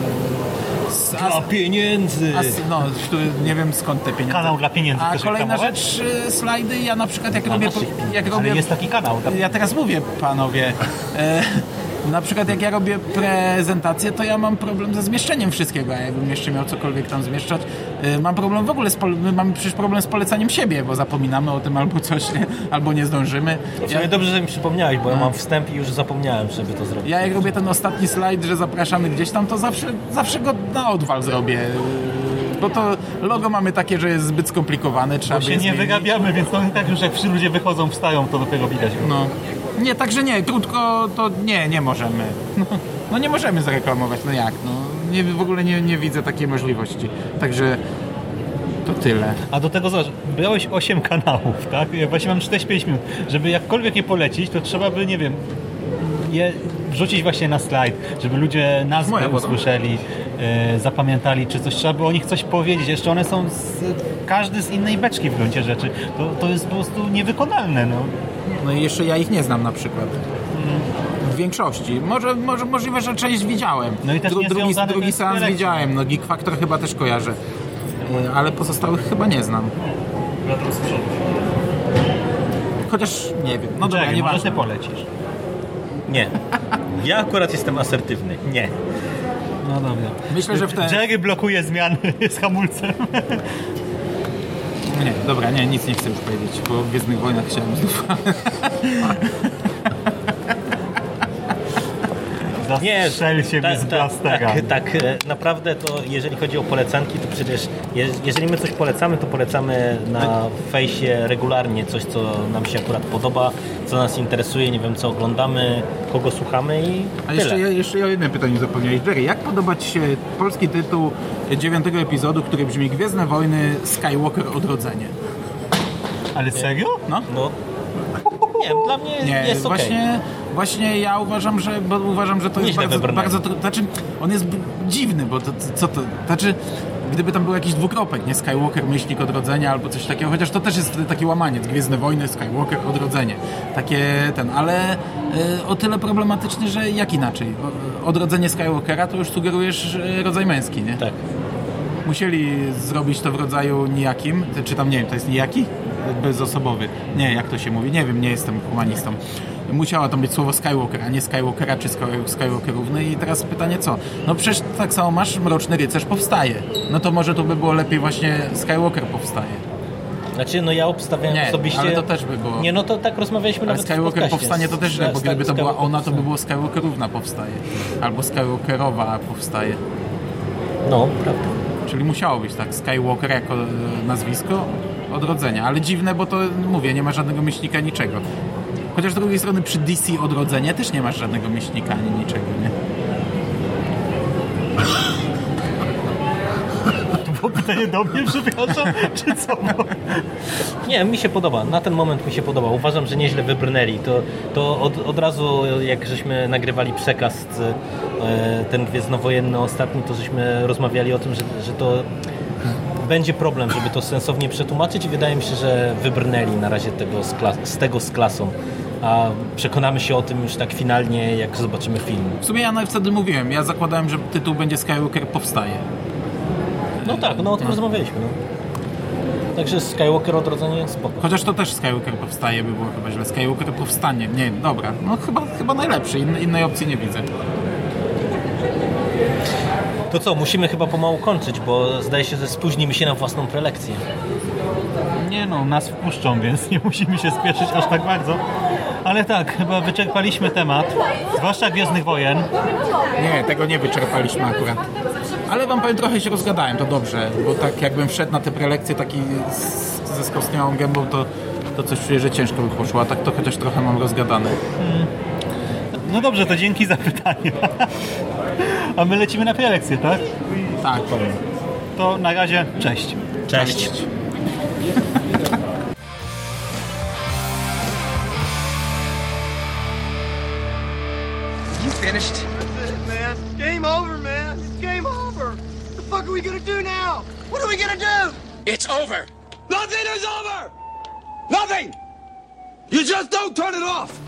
A, dla pieniędzy! A, no, nie wiem skąd te pieniądze. Kanał dla pieniędzy. A kolejna rzecz, slajdy, ja na przykład jak robię... Jak robię Ale jest taki kanał. Tak? Ja teraz mówię, panowie, e, na przykład jak ja robię prezentację, to ja mam problem ze zmieszczeniem wszystkiego, a jakbym jeszcze miał cokolwiek tam zmieszczać, e, mam problem w ogóle, z pole- my mamy przecież problem z polecaniem siebie, bo zapominamy o tym albo coś, albo nie zdążymy. Ja... Ja, Dobrze, że mi przypomniałeś, bo ja mam wstęp i już zapomniałem, żeby to zrobić. ja jak robię ten ostatni slajd, że zapraszamy gdzieś tam, to zawsze, zawsze go na odwal zrobię. Bo to logo mamy takie, że jest zbyt skomplikowane. Trzeba Bo by się nie zmienić. wygabiamy, więc to tak już jak wszyscy ludzie wychodzą, wstają, to dopiero widać. No. Nie, także nie, krótko to nie, nie możemy. No, no nie możemy zareklamować, no jak? No, nie, w ogóle nie, nie widzę takiej możliwości. Także to tyle. A do tego zobacz, brałeś osiem kanałów, tak? Ja właśnie mam czterdzieści pięć minut. Żeby jakkolwiek je polecić, to trzeba by, nie wiem, je wrzucić właśnie na slajd, żeby ludzie nazwę Moja usłyszeli, e, zapamiętali, czy coś trzeba by o nich coś powiedzieć. Jeszcze one są z, każdy z innej beczki w gruncie rzeczy. To, to jest po prostu niewykonalne, no. No i jeszcze ja ich nie znam na przykład. W większości. Może, może możliwe, że część widziałem. No i też nie drugi związane drugi z seans Galaxy. widziałem. No Geek Factor chyba też kojarzę. E, Ale pozostałych chyba nie znam. Chociaż nie wiem. No dobra, Jerry, nie może ty ważne. polecisz. Nie. Ja akurat jestem asertywny. Nie. No dobra. Myślę, że w te... Jerry blokuje zmiany z hamulcem. Nie, dobra, nie, nic nie chcę już powiedzieć, bo w Gwiezdnych Wojnach chciałem znów. Nie, Zastrzel siebie tak, z tak, blastera. tak, tak, e, naprawdę to jeżeli chodzi o polecanki, to przecież je, jeżeli my coś polecamy, to polecamy na fejsie regularnie coś, co nam się akurat podoba, co nas interesuje, nie wiem co oglądamy, kogo słuchamy i A jeszcze, tyle. ja, jeszcze ja o jednym pytaniu zapomniałeś. Jerry, jak podoba Ci się polski tytuł dziewiątego epizodu, który brzmi Gwiezdne Wojny Skywalker Odrodzenie? Ale serio? No. No, nie wiem, dla mnie Nie, jest okej. właśnie, właśnie ja uważam, że bo uważam, że to jest Nieźle bardzo, wybrnęli. bardzo tr- znaczy on jest b- dziwny, bo to, co to, znaczy gdyby tam był jakiś dwukropek, nie Skywalker, myślnik odrodzenia albo coś takiego, chociaż to też jest wtedy taki łamaniec, Gwiezdne Wojny, Skywalker, odrodzenie. Takie ten, ale y, o tyle problematyczny, że jak inaczej? O, odrodzenie Skywalkera to już sugerujesz y, rodzaj męski, nie? Tak. Musieli zrobić to w rodzaju nijakim, czy tam nie wiem, to jest nijaki? Bezosobowy. Nie, jak to się mówi? Nie wiem, nie jestem humanistą. Musiała tam być słowo Skywalker, a nie Skywalkera czy Sky- Skywalkerów. No i teraz pytanie co? No przecież tak samo masz Mroczny Rycerz powstaje. No to może to by było lepiej właśnie Skywalker powstaje. Znaczy, no ja obstawiałem Nie, osobiście... ale to też by było. Nie, no to tak rozmawialiśmy Ale nawet w Skywalker podcaście. powstanie to też źle, bo Sk- gdyby to była Skywalker ona, to by powstanie. było Skywalkerówna powstaje. Albo Skywalkerowa powstaje. No, prawda. Czyli musiało być tak, Skywalker jako e, nazwisko odrodzenia, ale dziwne, bo to mówię, nie ma żadnego myślnika, niczego. Chociaż z drugiej strony przy D C odrodzenie też nie masz żadnego myślnika ani niczego, nie? To było pytanie do mnie, przepraszam, czy co? Nie, mi się podoba. Na ten moment mi się podoba. Uważam, że nieźle wybrnęli. To, to od, od razu, jak żeśmy nagrywali przekaz e, ten gwiezdnowojenny ostatni, to żeśmy rozmawiali o tym, że, że to będzie problem, żeby to sensownie przetłumaczyć i wydaje mi się, że wybrnęli na razie tego z, klas- z tego z klasą. A przekonamy się o tym już tak finalnie, jak zobaczymy film. W sumie ja nawet wtedy mówiłem, ja zakładałem, że tytuł będzie Skywalker powstaje. No tak, no o tym rozmawialiśmy. No. Także Skywalker odrodzenie spoko. Chociaż to też Skywalker powstaje, by było chyba źle. Skywalker powstanie. Nie, dobra. No chyba, chyba najlepszy. In, innej opcji nie widzę. To co, musimy chyba pomału kończyć, bo zdaje się, że spóźnimy się na własną prelekcję. Nie no, nas wpuszczą, więc nie musimy się spieszyć aż tak bardzo. Ale tak, chyba wyczerpaliśmy temat, zwłaszcza Gwiezdnych Wojen. Nie, tego nie wyczerpaliśmy akurat. Ale wam powiem, trochę się rozgadałem, to dobrze, bo tak jakbym wszedł na te prelekcje taki z, ze skostniałą gębą, to, to coś czuję, że ciężko by poszło, a tak to chociaż trochę mam rozgadane. No dobrze, to dzięki za pytanie. A my lecimy na prelekcję, tak? Tak. To na razie, cześć. Cześć. You finished? That's it, man. Game over, man. It's game over. What the fuck are we gonna do now? What are we gonna do? It's over! Nothing is over! Nothing! You just don't turn it off!